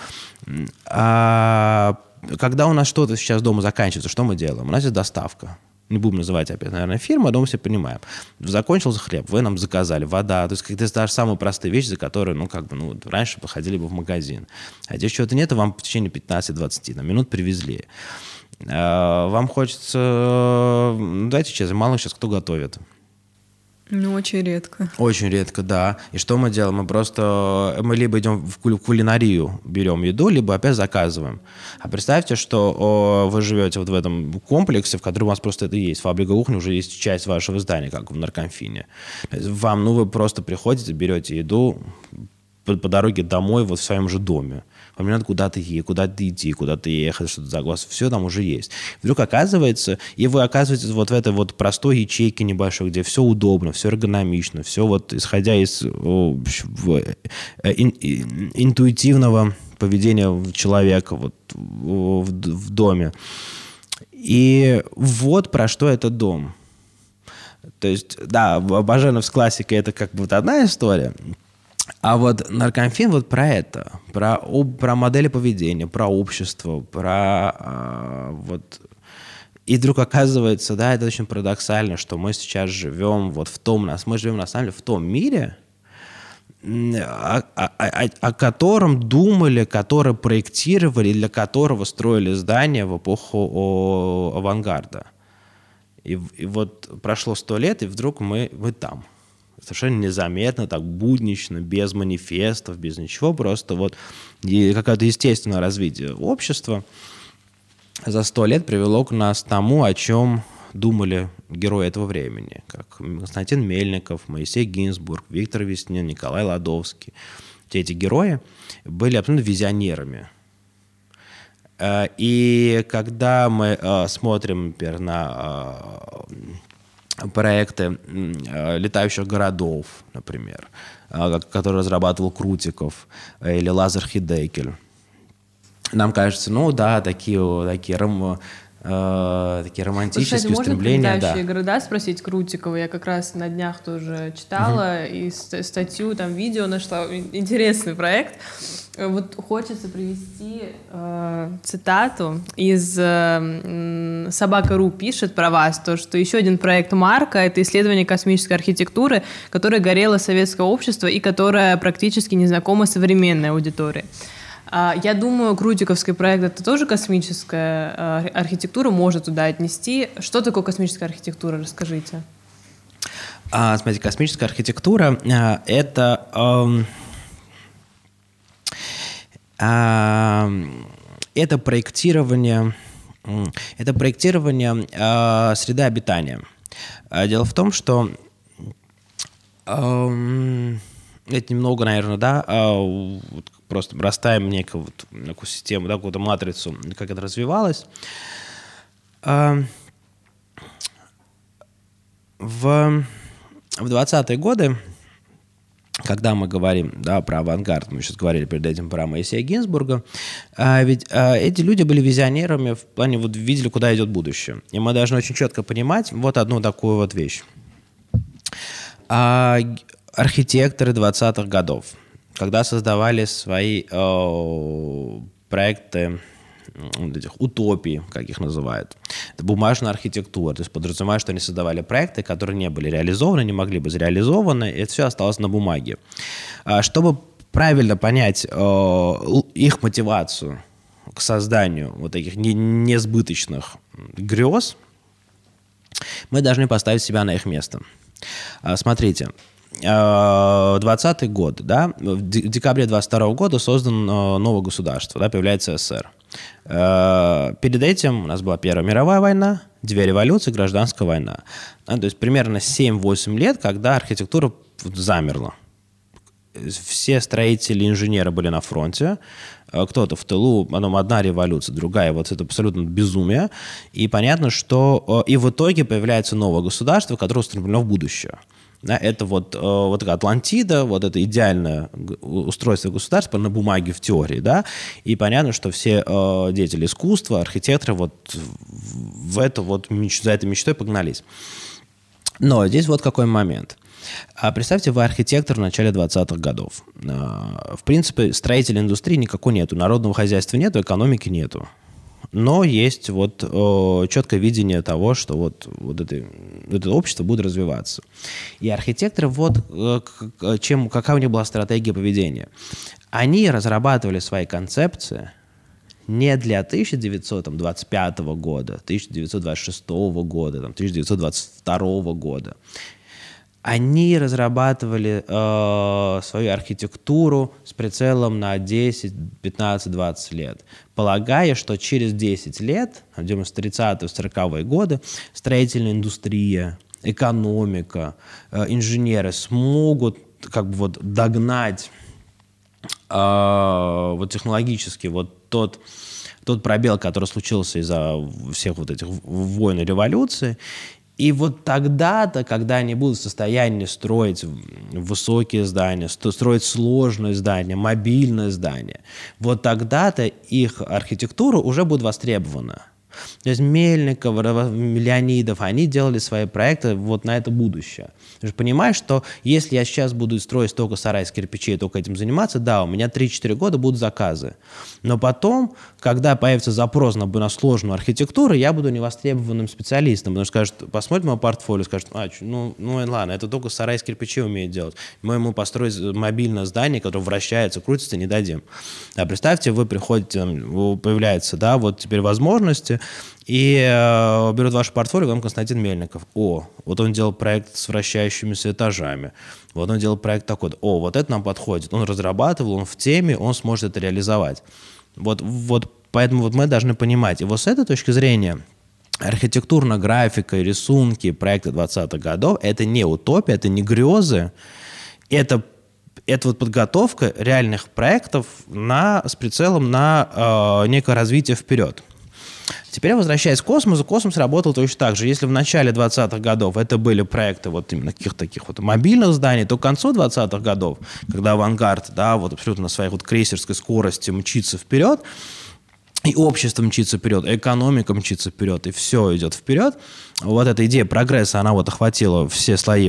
А когда у нас что-то сейчас дома заканчивается, что мы делаем? У нас есть доставка. Не будем называть опять, наверное, фирму, а дома все понимаем. Закончился хлеб, вы нам заказали, вода. То есть какие-то даже самые простые вещи, за которые, раньше походили бы в магазин. А здесь чего-то нет, и вам в течение 15-20 минут привезли. Вам хочется... Дайте честно, мало сейчас кто готовит. Очень редко. Очень редко, да. И что мы делаем? Мы либо идем в кулинарию, берем еду, либо опять заказываем. А представьте, что вы живете вот в этом комплексе, в котором у вас просто это есть. Фабрика кухни уже есть часть вашего здания, как в наркомфине. Вы просто приходите, берете еду по дороге домой вот в своем же доме. Вам не надо куда-то идти, куда-то ехать, что-то за глаз. Все там уже есть. Вдруг оказывается, и вы оказываетесь вот в этой вот простой ячейке небольшой, где все удобно, все эргономично, все вот исходя из интуитивного поведения человека вот в доме. И вот про что этот дом. То есть, да, Баженов с классикой это как бы вот одна история. А вот наркомфин вот про это, про модели поведения, про общество, И вдруг оказывается, да, это очень парадоксально, что мы сейчас живем вот мы живем на самом деле в том мире, о котором думали, который проектировали, для которого строили здания в эпоху авангарда. И вот прошло 100 лет, и вдруг мы там. Совершенно незаметно, так буднично, без манифестов, без ничего, просто вот какое-то естественное развитие общества за 100 лет привело нас к тому, о чем думали герои этого времени, как Константин Мельников, Моисей Гинзбург, Виктор Веснин, Николай Ладовский. Эти герои были абсолютно визионерами. И когда мы смотрим, например, на проекты летающих городов, например, которые разрабатывал Крутиков или Лазар Хидекель. Нам кажется, такие романтические устремления. Можно летающие города спросить Крутикова? Я как раз на днях тоже читала и статью, там видео нашла. Интересный проект. Вот хочется привести цитату из «Собака.ру» пишет про вас, то, что еще один проект Марка — это исследование космической архитектуры, которое горело советское общество и которое практически не знакомо современной аудитории. Я думаю, крутиковский проект — это тоже космическая архитектура, можно туда отнести. Что такое космическая архитектура? Расскажите. Смотрите, космическая архитектура — это проектирование среды обитания. Дело в том, что это немного, наверное, да, просто расставим некую систему, да, какую-то матрицу, как это развивалось. В 20-е годы, когда мы говорим, да, про авангард, мы сейчас говорили перед этим про Моисея Гинзбурга, ведь эти люди были визионерами в плане, вот видели, куда идет будущее. И мы должны очень четко понимать вот одну такую вот вещь. Архитекторы 20-х годов, когда создавали свои проекты, этих утопий, как их называют, это бумажная архитектура, то есть подразумевает, что они создавали проекты, которые не были реализованы, не могли быть реализованы, и это все осталось на бумаге. Чтобы правильно понять их мотивацию к созданию вот таких несбыточных грез, мы должны поставить себя на их место. Смотрите, 20-й год, да, в декабре 22 года создано новое государство, да, появляется СССР. Перед этим у нас была Первая мировая война, 2 революции, гражданская война. Да, то есть примерно 7-8 лет, когда архитектура замерла. Все строители, инженеры были на фронте, кто-то в тылу, потом одна революция, другая, вот это абсолютно безумие. И понятно, что и в итоге появляется новое государство, которое устремлено в будущее. Да, это вот такая Атлантида, вот это идеальное устройство государства на бумаге в теории, да, и понятно, что все деятели искусства, архитекторы вот за этой мечтой погнались. Но здесь вот какой момент. Представьте, вы архитектор в начале 20-х годов. В принципе, строительной индустрии никакой нету, народного хозяйства нету, экономики нету. Но есть вот четкое видение того, что вот это общество будет развиваться. И архитекторы, какая у них была стратегия поведения? Они разрабатывали свои концепции не для 1925 года, 1926 года, 1922 года. Они разрабатывали свою архитектуру с прицелом на 10, 15, 20 лет, полагая, что через 10 лет, где-то с 30-е, 40-е годы, строительная индустрия, экономика, инженеры смогут догнать технологически тот пробел, который случился из-за всех этих войн и революций. И вот тогда-то, когда они будут в состоянии строить высокие здания, строить сложные здания, мобильные здания, вот тогда-то их архитектура уже будет востребована. То есть Мельников, Леонидов, они делали свои проекты на это будущее. Ты же понимаешь, что если я сейчас буду строить только сарай из кирпичей, только этим заниматься, да, у меня 3-4 года будут заказы. Но потом, когда появится запрос на сложную архитектуру, я буду невостребованным специалистом. Потому что скажут, посмотрят мое портфолио, скажут, ладно, это только сарай из кирпичей умеет делать. Мы ему построить мобильное здание, которое вращается, крутится, не дадим. А представьте, вы приходите, появляются, теперь возможности, и берут ваше портфолио, вам Константин Мельников. Вот он делал проект с вращающимися этажами. Вот он делал проект такой. Вот это нам подходит. Он разрабатывал, он в теме, он сможет это реализовать. Поэтому мы должны понимать. И с этой точки зрения архитектурная графика, рисунки, проекты 20-х годов – это не утопия, это не грезы. Это подготовка реальных проектов с прицелом на некое развитие вперед. Теперь, возвращаясь к космосу, космос работал точно так же. Если в начале 20-х годов это были проекты именно каких-то таких мобильных зданий, то к концу 20-х годов, когда авангард, абсолютно на своей крейсерской скорости мчится вперед, и общество мчится вперед, и экономика мчится вперед, и все идет вперед, эта идея прогресса, она охватила все слои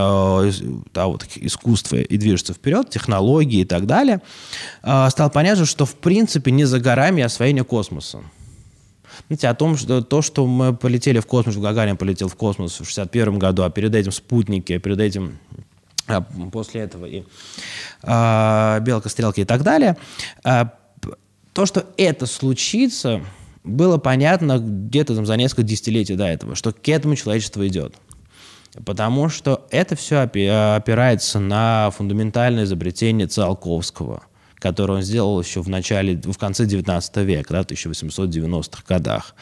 искусства и движется вперед, технологии и так далее, стало понятно, что в принципе не за горами освоение космоса. Знаете, о том, что мы полетели в космос, Гагарин полетел в космос в 1961 году, а перед этим спутники, а перед этим, после этого и Белка, Стрелка и так далее, то, что это случится, было понятно где-то за несколько десятилетий до этого, что к этому человечество идет. Потому что это все опирается на фундаментальное изобретение Циолковского, который он сделал еще в конце 19 века, в 1890-х годах.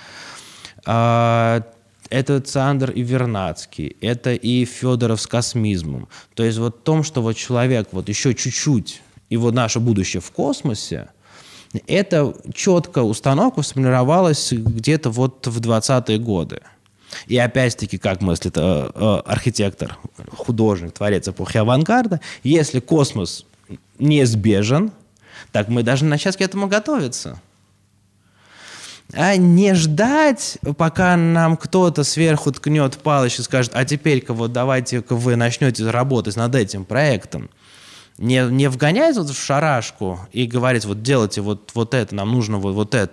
Это Цандер и Вернадский, это и Федоров с космизмом. То есть в том, что человек еще чуть-чуть, и наше будущее в космосе, эта четкая установка сформировалась где-то в 20-е годы. И опять-таки, как мыслит архитектор, художник, творец эпохи авангарда, если космос неизбежен, так мы должны начать к этому готовиться. А не ждать, пока нам кто-то сверху ткнет палочку и скажет, а теперь-ка давайте-ка вы начнете работать над этим проектом. Не вгонять в шарашку и говорить, делайте вот это, нам нужно вот это .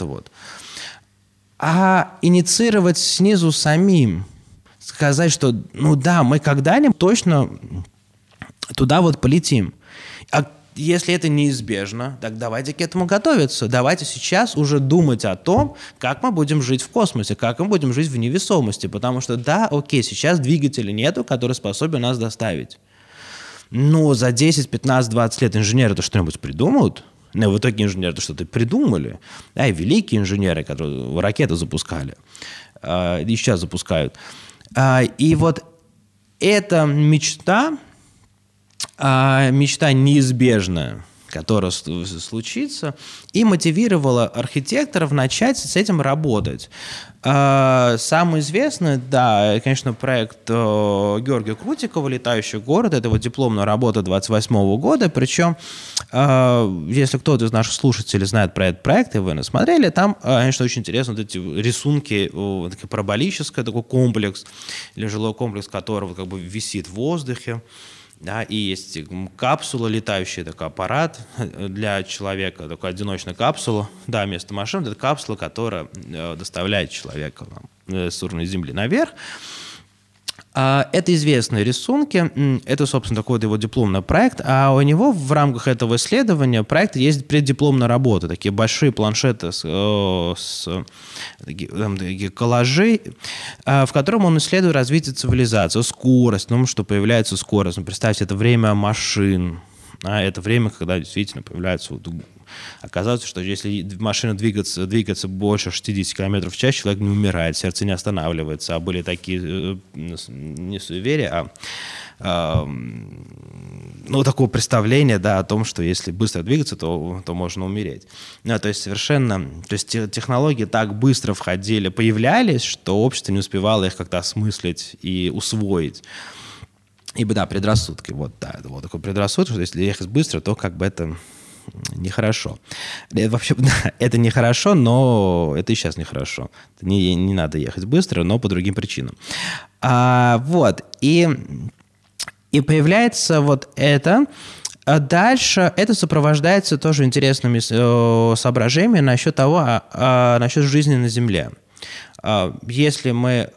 А инициировать снизу самим. Сказать, что мы когда-нибудь точно туда полетим. А если это неизбежно, так давайте к этому готовиться. Давайте сейчас уже думать о том, как мы будем жить в космосе, как мы будем жить в невесомости. Потому что сейчас двигателя нету, который способен нас доставить. Но за 10, 15, 20 лет инженеры-то что-нибудь придумают. Но в итоге инженеры-то что-то придумали. И великие инженеры, которые ракеты запускали, и сейчас запускают. И эта мечта неизбежная, которая случится, и мотивировала архитекторов начать с этим работать. Самый известный, да, конечно, проект Георгия Крутикова «Летающий город». Это вот дипломная работа 28 года. Причем, если кто-то из наших слушателей знает про этот проект, и вы смотрели, там, конечно, очень интересно вот эти рисунки, такой параболический такой комплекс, или жилой комплекс, который как бы висит в воздухе. Да, и есть капсула летающая, такой аппарат для человека, такая одиночная капсула, да, вместо машины, это капсула, которая доставляет человека с уровня Земли наверх. Это известные рисунки, это, собственно, такой его дипломный проект, а у него в рамках этого исследования проекта есть преддипломная работа, такие большие планшеты такие коллажи, в котором он исследует развитие цивилизации, скорость, что появляется скорость. Представьте, это время машин, это время, когда действительно появляется... Оказывается, что если машина двигается больше 60 км в час, человек не умирает, сердце не останавливается. А были такие, не суеверия, такое представление, да, о том, что если быстро двигаться, то можно умереть. То есть технологии так быстро появлялись, что общество не успевало их как-то осмыслить и усвоить. Ибо, да, предрассудки. Вот такой предрассудок, что если ехать быстро, то как бы это... нехорошо. Вообще, да, это нехорошо, но это и сейчас нехорошо. Не надо ехать быстро, но по другим причинам. И появляется вот это. А дальше это сопровождается тоже интересными соображениями насчет жизни на Земле. Если мы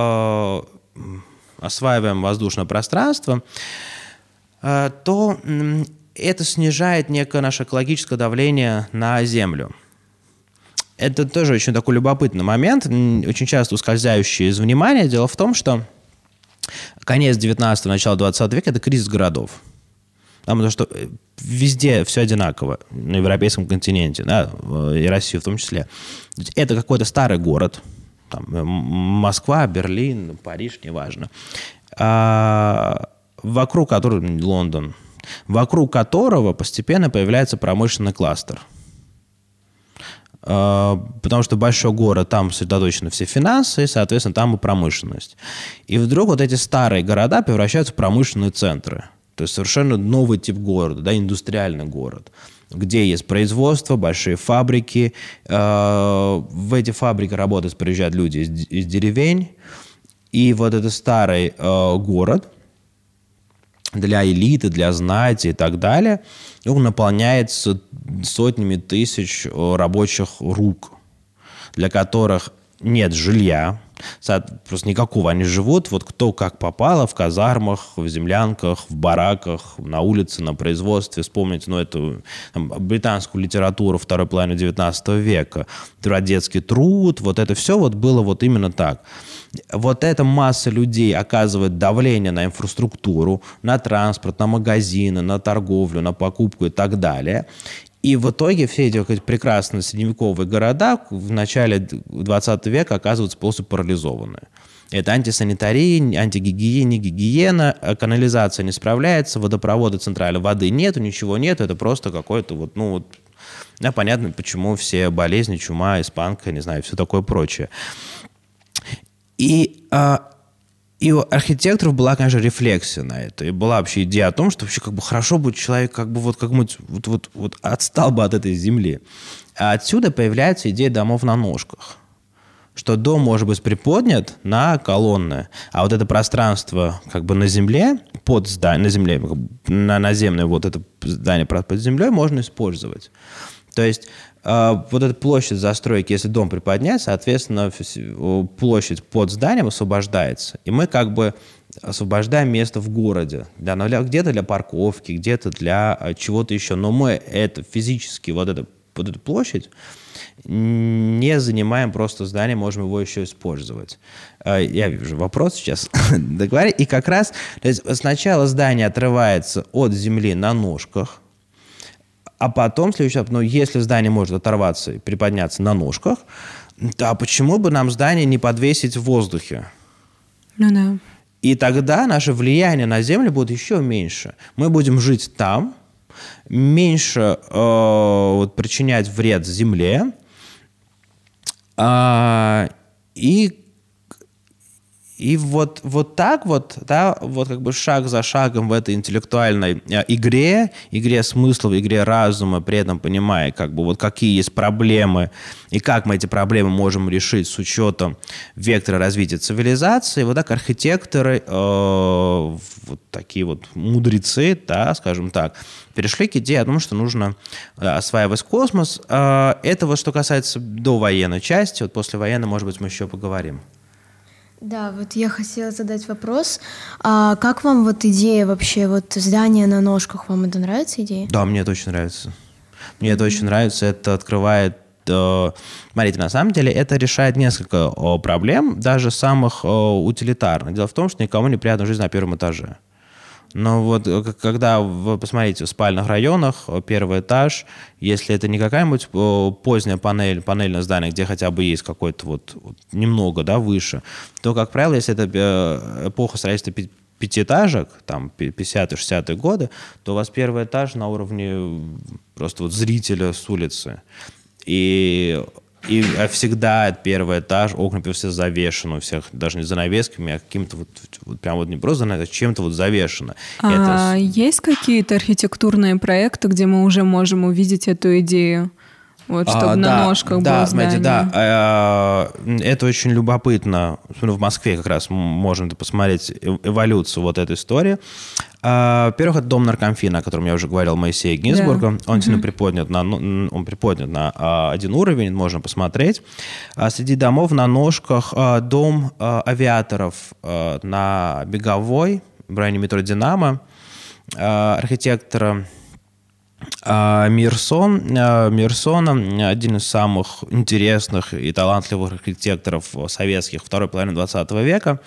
осваиваем воздушное пространство, то... это снижает некое наше экологическое давление на Землю. Это тоже очень такой любопытный момент, очень часто ускользающий из внимания. Дело в том, что конец 19-го, начало 20 века – это кризис городов. Потому что везде все одинаково, на европейском континенте, да, и Россию в том числе. Это какой-то старый город, там, Москва, Берлин, Париж, неважно, вокруг которого Лондон, вокруг которого постепенно появляется промышленный кластер. Потому что большой город, там сосредоточены все финансы, и, соответственно, там и промышленность. И вдруг вот эти старые города превращаются в промышленные центры. То есть совершенно новый тип города, да, индустриальный город, где есть производство, большие фабрики. В эти фабрики работать приезжают люди из деревень. И вот этот старый город для элиты, для знати и так далее, он наполняется сотнями тысяч рабочих рук, для которых нет жилья, просто никакого. Они живут вот кто как попало, в казармах, в землянках, в бараках, на улице, на производстве. Вспомните эту британскую литературу второй половины 19 века, трудоедский труд, вот это все вот было вот именно так. Вот эта масса людей оказывает давление на инфраструктуру, на транспорт, на магазины, на торговлю, на покупку и так далее. И в итоге все эти прекрасные средневековые города в начале 20 века оказываются полностью парализованы. Это антисанитария, антигигиена, гигиена, канализация не справляется, водопровода центральной воды нету, ничего нету, это просто какой-то да, понятно, почему все болезни, чума, испанка, не знаю, все такое прочее. И у архитекторов была, конечно, рефлексия на это. И была вообще идея о том, что вообще как бы хорошо будет человек как-нибудь отстал бы от этой земли. А отсюда появляется идея домов на ножках. Что дом может быть приподнят на колонны, а вот это пространство как бы на земле, под зданием, на земле, на наземное вот это здание под землей можно использовать. То есть вот эта площадь застройки, если дом приподнять, соответственно, площадь под зданием освобождается. И мы как бы освобождаем место в городе. Где-то для парковки, где-то для чего-то еще. Но мы это физически, вот эту площадь не занимаем просто здание, можем его еще использовать. Я вижу вопрос сейчас. И как раз то есть сначала здание отрывается от земли на ножках, а потом, следующий этап, если здание может оторваться и приподняться на ножках, то почему бы нам здание не подвесить в воздухе? Ну да. И тогда наше влияние на Землю будет еще меньше. Мы будем жить там, меньше вот, причинять вред земле, и вот так вот, да, вот как бы шаг за шагом в этой интеллектуальной игре смыслов, игре разума, при этом понимая, как бы, вот какие есть проблемы и как мы эти проблемы можем решить с учетом вектора развития цивилизации, вот так архитекторы, вот такие вот мудрецы, да, скажем так, перешли к идее о том, что нужно осваивать космос. Это вот что касается довоенной части, вот после военной, может быть, мы еще поговорим. Да, вот я хотела задать вопрос. А как вам вот идея вообще, вот здание на ножках, вам это нравится идея? Да, мне это очень нравится. Мне это очень нравится, это открывает... Смотрите, на самом деле это решает несколько проблем, даже самых утилитарных. Дело в том, что никому не приятна жизнь на первом этаже. Но вот когда вы посмотрите в спальных районах, первый этаж, если это не какая-нибудь поздняя панельное здание, где хотя бы есть какой-то вот немного, да, выше, то, как правило, если это эпоха строительства пятиэтажек, там 50-60-е годы, то у вас первый этаж на уровне просто вот зрителя с улицы. И всегда первый этаж, окна все завешены у всех, даже не занавесками, а каким-то вот прям вот не просто занавесками, а чем-то вот завешено. Есть какие-то архитектурные проекты, где мы уже можем увидеть эту идею? Вот, чтобы на ножках было здание. Да, это очень любопытно. В Москве как раз можно посмотреть эволюцию вот этой истории. Во-первых, это дом наркомфина, о котором я уже говорил, Моисея Гинзбурга. Да. Он сильно приподнят на один уровень, можно посмотреть. Среди домов на ножках дом авиаторов на Беговой, в районе метро «Динамо», архитектора Мирсона, один из самых интересных и талантливых архитекторов советских второй половины 20 века.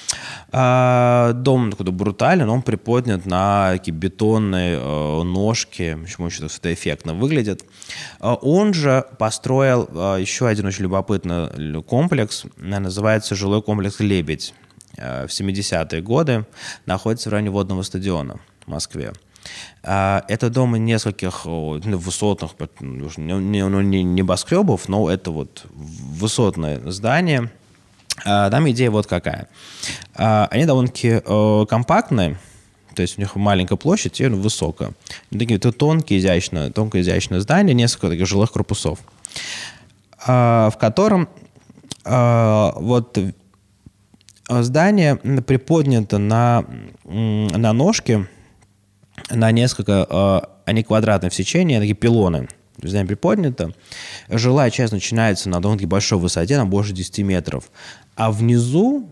Дом такой брутальный, но он приподнят на такие бетонные ножки, почему еще это эффектно выглядит. Он же построил еще один очень любопытный комплекс, называется жилой комплекс «Лебедь». В 70-е годы находится в районе водного стадиона в Москве. Это дом нескольких высотных, не небоскребов, но это вот высотное здание. Там идея вот какая. Они довольно-таки компактные, то есть у них маленькая площадь и высокая. Такие тонкое, изящное здание, несколько таких жилых корпусов, в котором вот здание приподнято на ножки, на несколько, они квадратные в сечении, такие пилоны. Здание приподнято. Жилая часть начинается на довольно большой высоте, на больше 10 метров. А внизу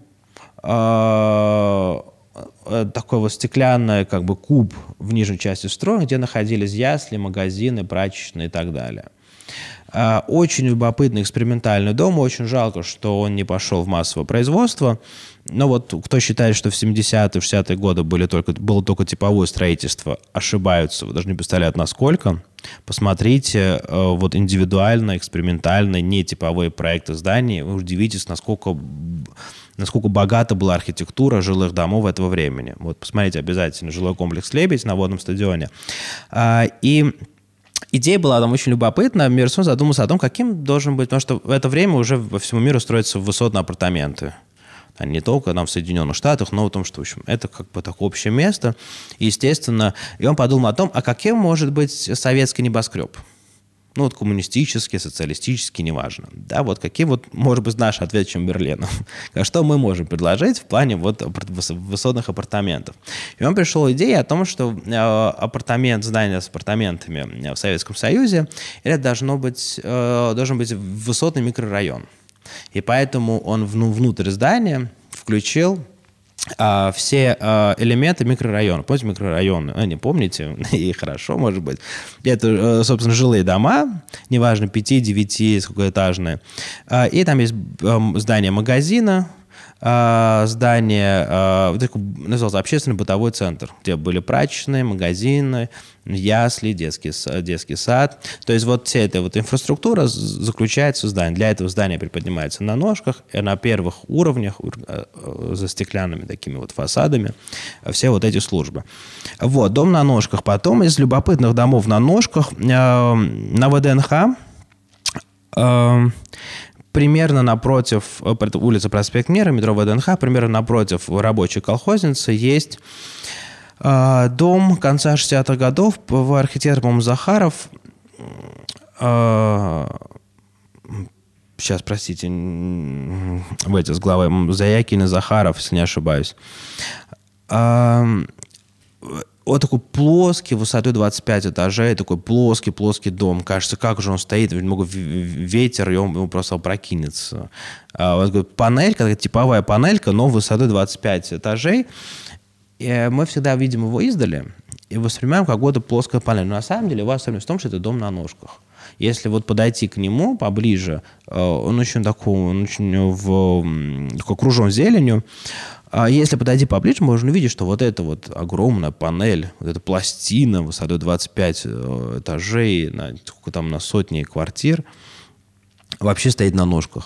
такой вот стеклянный как бы куб в нижней части строя, где находились ясли, магазины, прачечные и так далее. Очень любопытный экспериментальный дом. Очень жалко, что он не пошел в массовое производство. Но вот кто считает, что в 70-е, 60-е годы было только типовое строительство, ошибаются. Вы даже не представляют, насколько. Посмотрите вот индивидуально, экспериментально, нетиповые проекты зданий. Вы удивитесь, насколько богата была архитектура жилых домов этого времени. Вот посмотрите обязательно жилой комплекс «Лебедь» на водном стадионе. И идея была там очень любопытна. Мирсон задумался о том, каким должен быть, потому что в это время уже во всему миру строятся высотные апартаменты. Не только там в Соединенных Штатах, но в том, что, в общем, это как бы такое общее место. И, естественно, и он подумал о том, а каким может быть советский небоскреб? Ну, вот коммунистический, социалистический, неважно. Да, вот какие вот, может быть, наш ответ Чемберлена. Что мы можем предложить в плане вот высотных апартаментов? И он пришел к идее о том, что здание с апартаментами в Советском Союзе, это должен быть высотный микрорайон. И поэтому он внутрь здания включил все элементы микрорайона. Помните микрорайоны? Не помните? И хорошо, может быть. Это, собственно, жилые дома, неважно, 5, 9, сколькоэтажные. И там есть здание магазина, здание, назывался общественный бытовой центр, где были прачечные, магазины, ясли, детский сад. То есть вот вся эта вот инфраструктура заключается в здании. Для этого здание приподнимается на ножках, и на первых уровнях за стеклянными такими вот фасадами все вот эти службы. Вот, дом на ножках. Потом из любопытных домов на ножках на ВДНХ примерно напротив улицы Проспект Мира, метро ВДНХ, примерно напротив рабочей колхозницы есть дом конца 60-х годов, архитектор, по-моему, Захаров. Сейчас, простите, с главой Заякин и Захаров, если не ошибаюсь. Вот такой плоский, высотой 25 этажей, такой плоский дом. Кажется, как же он стоит, ветер, и он просто опрокинется. Вот панелька, типовая панелька, но высотой 25 этажей. И мы всегда видим его издали и воспринимаем как будто плоская панель. Но на самом деле его особенность в том, что это дом на ножках. Если вот подойти к нему поближе, он очень окружен зеленью. Если подойти поближе, можно увидеть, что вот эта вот огромная панель, вот эта пластина высотой 25 этажей, на сотни квартир, вообще стоит на ножках.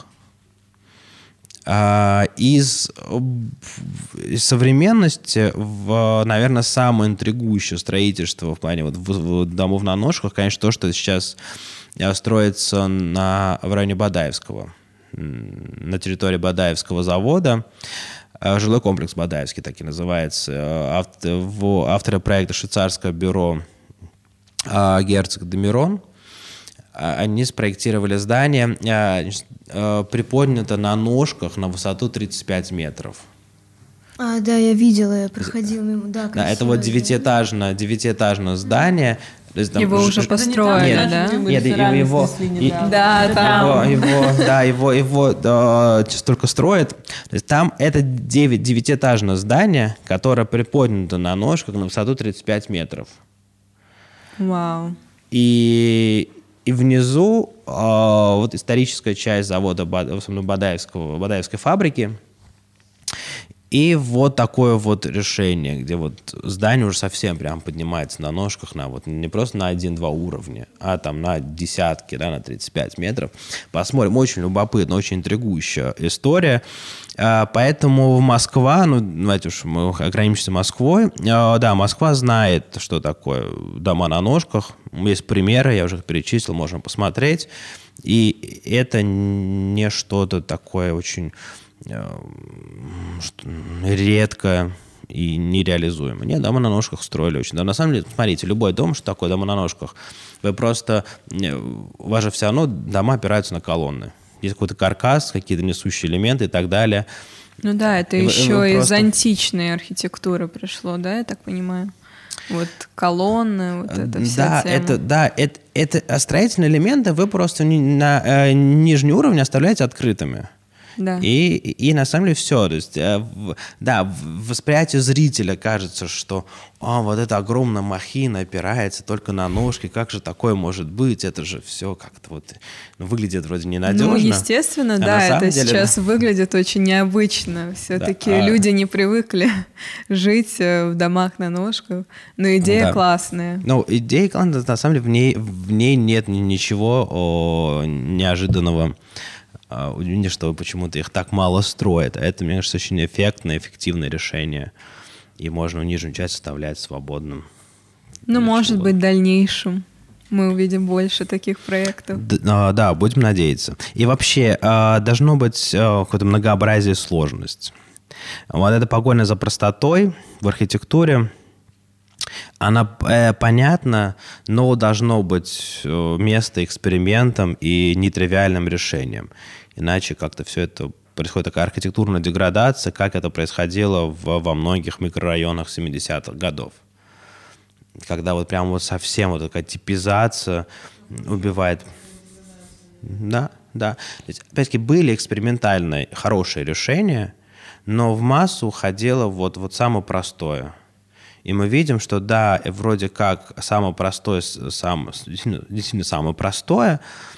Из современности, наверное, самое интригующее строительство в плане домов на ножках, конечно, то, что сейчас строится в районе Бадаевского, на территории Бадаевского завода. Жилой комплекс Бадаевский, так и называется. Авторы проекта швейцарское бюро Герцог де Мирон. Они спроектировали здание, приподнято на ножках на высоту 35 метров. Да, я видела, я проходила мимо. Да, это вот девятиэтажное здание. Его уже построили, да? Нет, его только строят. То есть там это девятиэтажное здание, которое приподнято на ножках на высоту 35 метров. Вау. И внизу вот историческая часть завода Бадаевской фабрики. И вот такое вот решение, где вот здание уже совсем прям поднимается на ножках, не просто на 1-2 уровня, а там на десятки, на 35 метров. Посмотрим, очень любопытно, очень интригующая история. Поэтому Москва, давайте уж мы ограничимся Москвой. Да, Москва знает, что такое дома на ножках. Есть примеры, я уже их перечислил, можно посмотреть. И это не что-то такое очень редко и нереализуемо. Нет, дома на ножках строили очень. Да, на самом деле, смотрите, любой дом, что такое дома на ножках, у вас же все равно дома опираются на колонны. Есть какой-то каркас, какие-то несущие элементы и так далее. Ну да, это еще из античной архитектуры пришло, да, я так понимаю? Вот колонны, вот это вся тема. Это строительные элементы вы просто на нижний уровень оставляете открытыми. Да. И на самом деле все. То есть, да, в восприятии зрителя кажется, что вот эта огромная махина опирается только на ножки. Как же такое может быть? Это же все как-то выглядит вроде ненадежно. Естественно, да, это деле, сейчас выглядит очень необычно. Все-таки люди не привыкли жить в домах на ножках. Но идея классная. Идея классная, на самом деле в ней нет ничего неожиданного. Удивительно, что почему-то их так мало строят. А это, мне кажется, очень эффектное, эффективное решение. И можно нижнюю часть оставлять свободным. Может быть, в дальнейшем мы увидим больше таких проектов. Да, будем надеяться. И вообще, должно быть какое-то многообразие, сложность. Вот эта погоня за простотой в архитектуре, она понятна, но должно быть место экспериментам и нетривиальным решениям. Иначе как-то все это происходит такая архитектурная деградация, как это происходило во многих микрорайонах 70-х годов. Когда прям совсем такая типизация убивает. Да. Опять-таки были экспериментальные хорошие решения, но в массу уходило самое простое. И мы видим, что да, вроде как самое простое, действительно самое простое,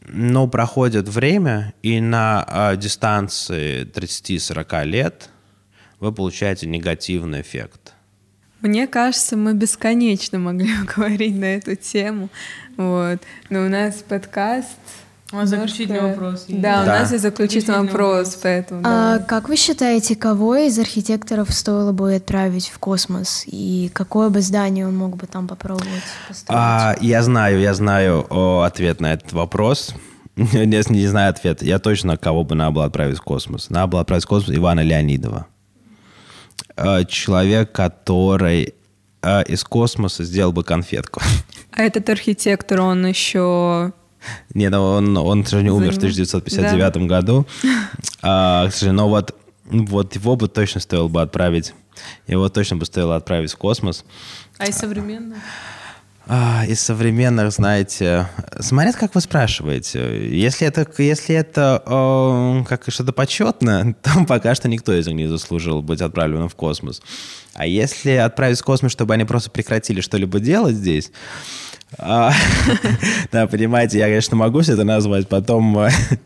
но проходит время, и на дистанции 30-40 лет вы получаете негативный эффект. Мне кажется, мы бесконечно могли говорить на эту тему. Вот. Но у нас подкаст... У нас заключительный вопрос. Да, у нас есть заключительный вопрос, поэтому... Как вы считаете, кого из архитекторов стоило бы отправить в космос? И какое бы здание он мог бы там попробовать построить? Я знаю ответ на этот вопрос. Не знаю ответ. Я точно, кого бы надо было отправить в космос. Надо было отправить в космос Ивана Леонидова. Человек, который из космоса сделал бы конфетку. А этот архитектор, он еще... Нет, он, к сожалению, умер в 1959 году. К сожалению, но вот его бы точно стоило бы отправить. Его точно бы стоило отправить в космос. А из современных? Из современных, знаете, смотря как вы спрашиваете. Если это как что-то почетное, то пока что никто из них не заслужил быть отправленным в космос. А если отправить в космос, чтобы они просто прекратили что-либо делать здесь... Да, понимаете, я, конечно, могу все это назвать, потом...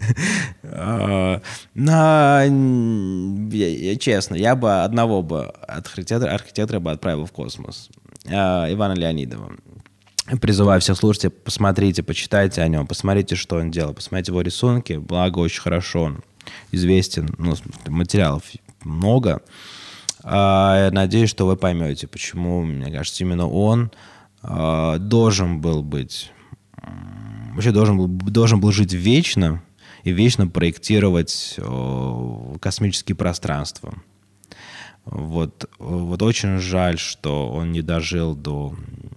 Честно, я бы одного архитектора бы отправил в космос. Ивана Леонидова. Призываю всех слушателей, посмотрите, почитайте о нем, посмотрите, что он делал, посмотрите его рисунки, благо очень хорошо он известен, материалов много. Надеюсь, что вы поймете, почему, мне кажется, именно он должен был жить вечно и вечно проектировать космические пространства. Вот очень жаль, что он не дожил до...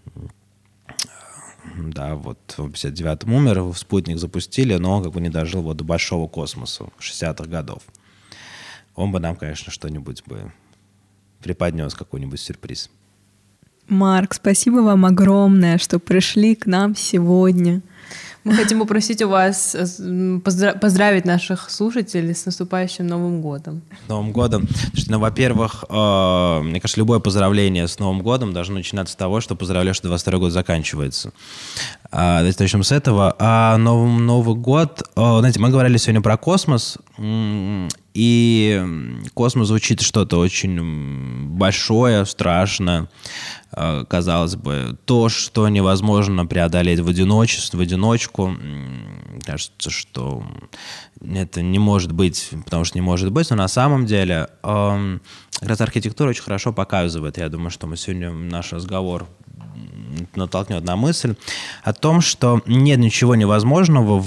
Да, вот в 59-м умер, спутник запустили, но он как бы не дожил до большого космоса 60-х годов. Он бы нам, конечно, что-нибудь бы преподнес, какой-нибудь сюрприз. Марк, спасибо вам огромное, что пришли к нам сегодня. Мы хотим попросить у вас поздравить наших слушателей с наступающим Новым годом. Новым годом. Во-первых, мне кажется, любое поздравление с Новым годом должно начинаться с того, что поздравляю, что 22 год заканчивается. Давайте начнем с этого. Новый год... Знаете, мы говорили сегодня про космос, и космос звучит что-то очень большое, страшное. Казалось бы, то, что невозможно преодолеть в одиночку, кажется, что это не может быть, потому что не может быть, но на самом деле как раз архитектура очень хорошо показывает. Я думаю, что мы сегодня наш разговор натолкнет на мысль о том, что нет ничего невозможного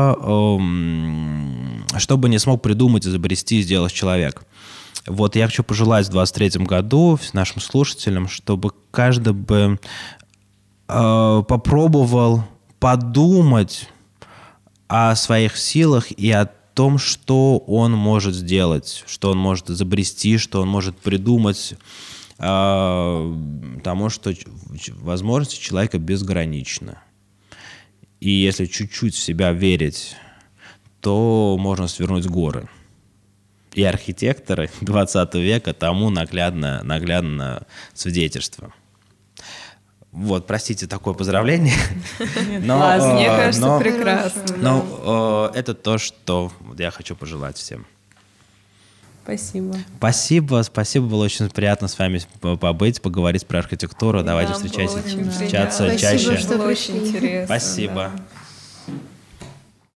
что бы не смог придумать, изобрести, сделать человек. Вот я хочу пожелать в 2023 году нашим слушателям, чтобы каждый бы попробовал подумать о своих силах и о том, что он может сделать, что он может изобрести, что он может придумать, потому что возможности человека безграничны. И если чуть-чуть в себя верить, то можно свернуть горы. И архитекторы 20 века тому наглядно свидетельство. Вот, простите, такое поздравление. Класс, мне кажется, прекрасно. Но это то, что я хочу пожелать всем. Спасибо. Спасибо, было очень приятно с вами побыть, поговорить про архитектуру. Давайте встречаться чаще. Спасибо, что пришли. Очень интересно. Спасибо. Да.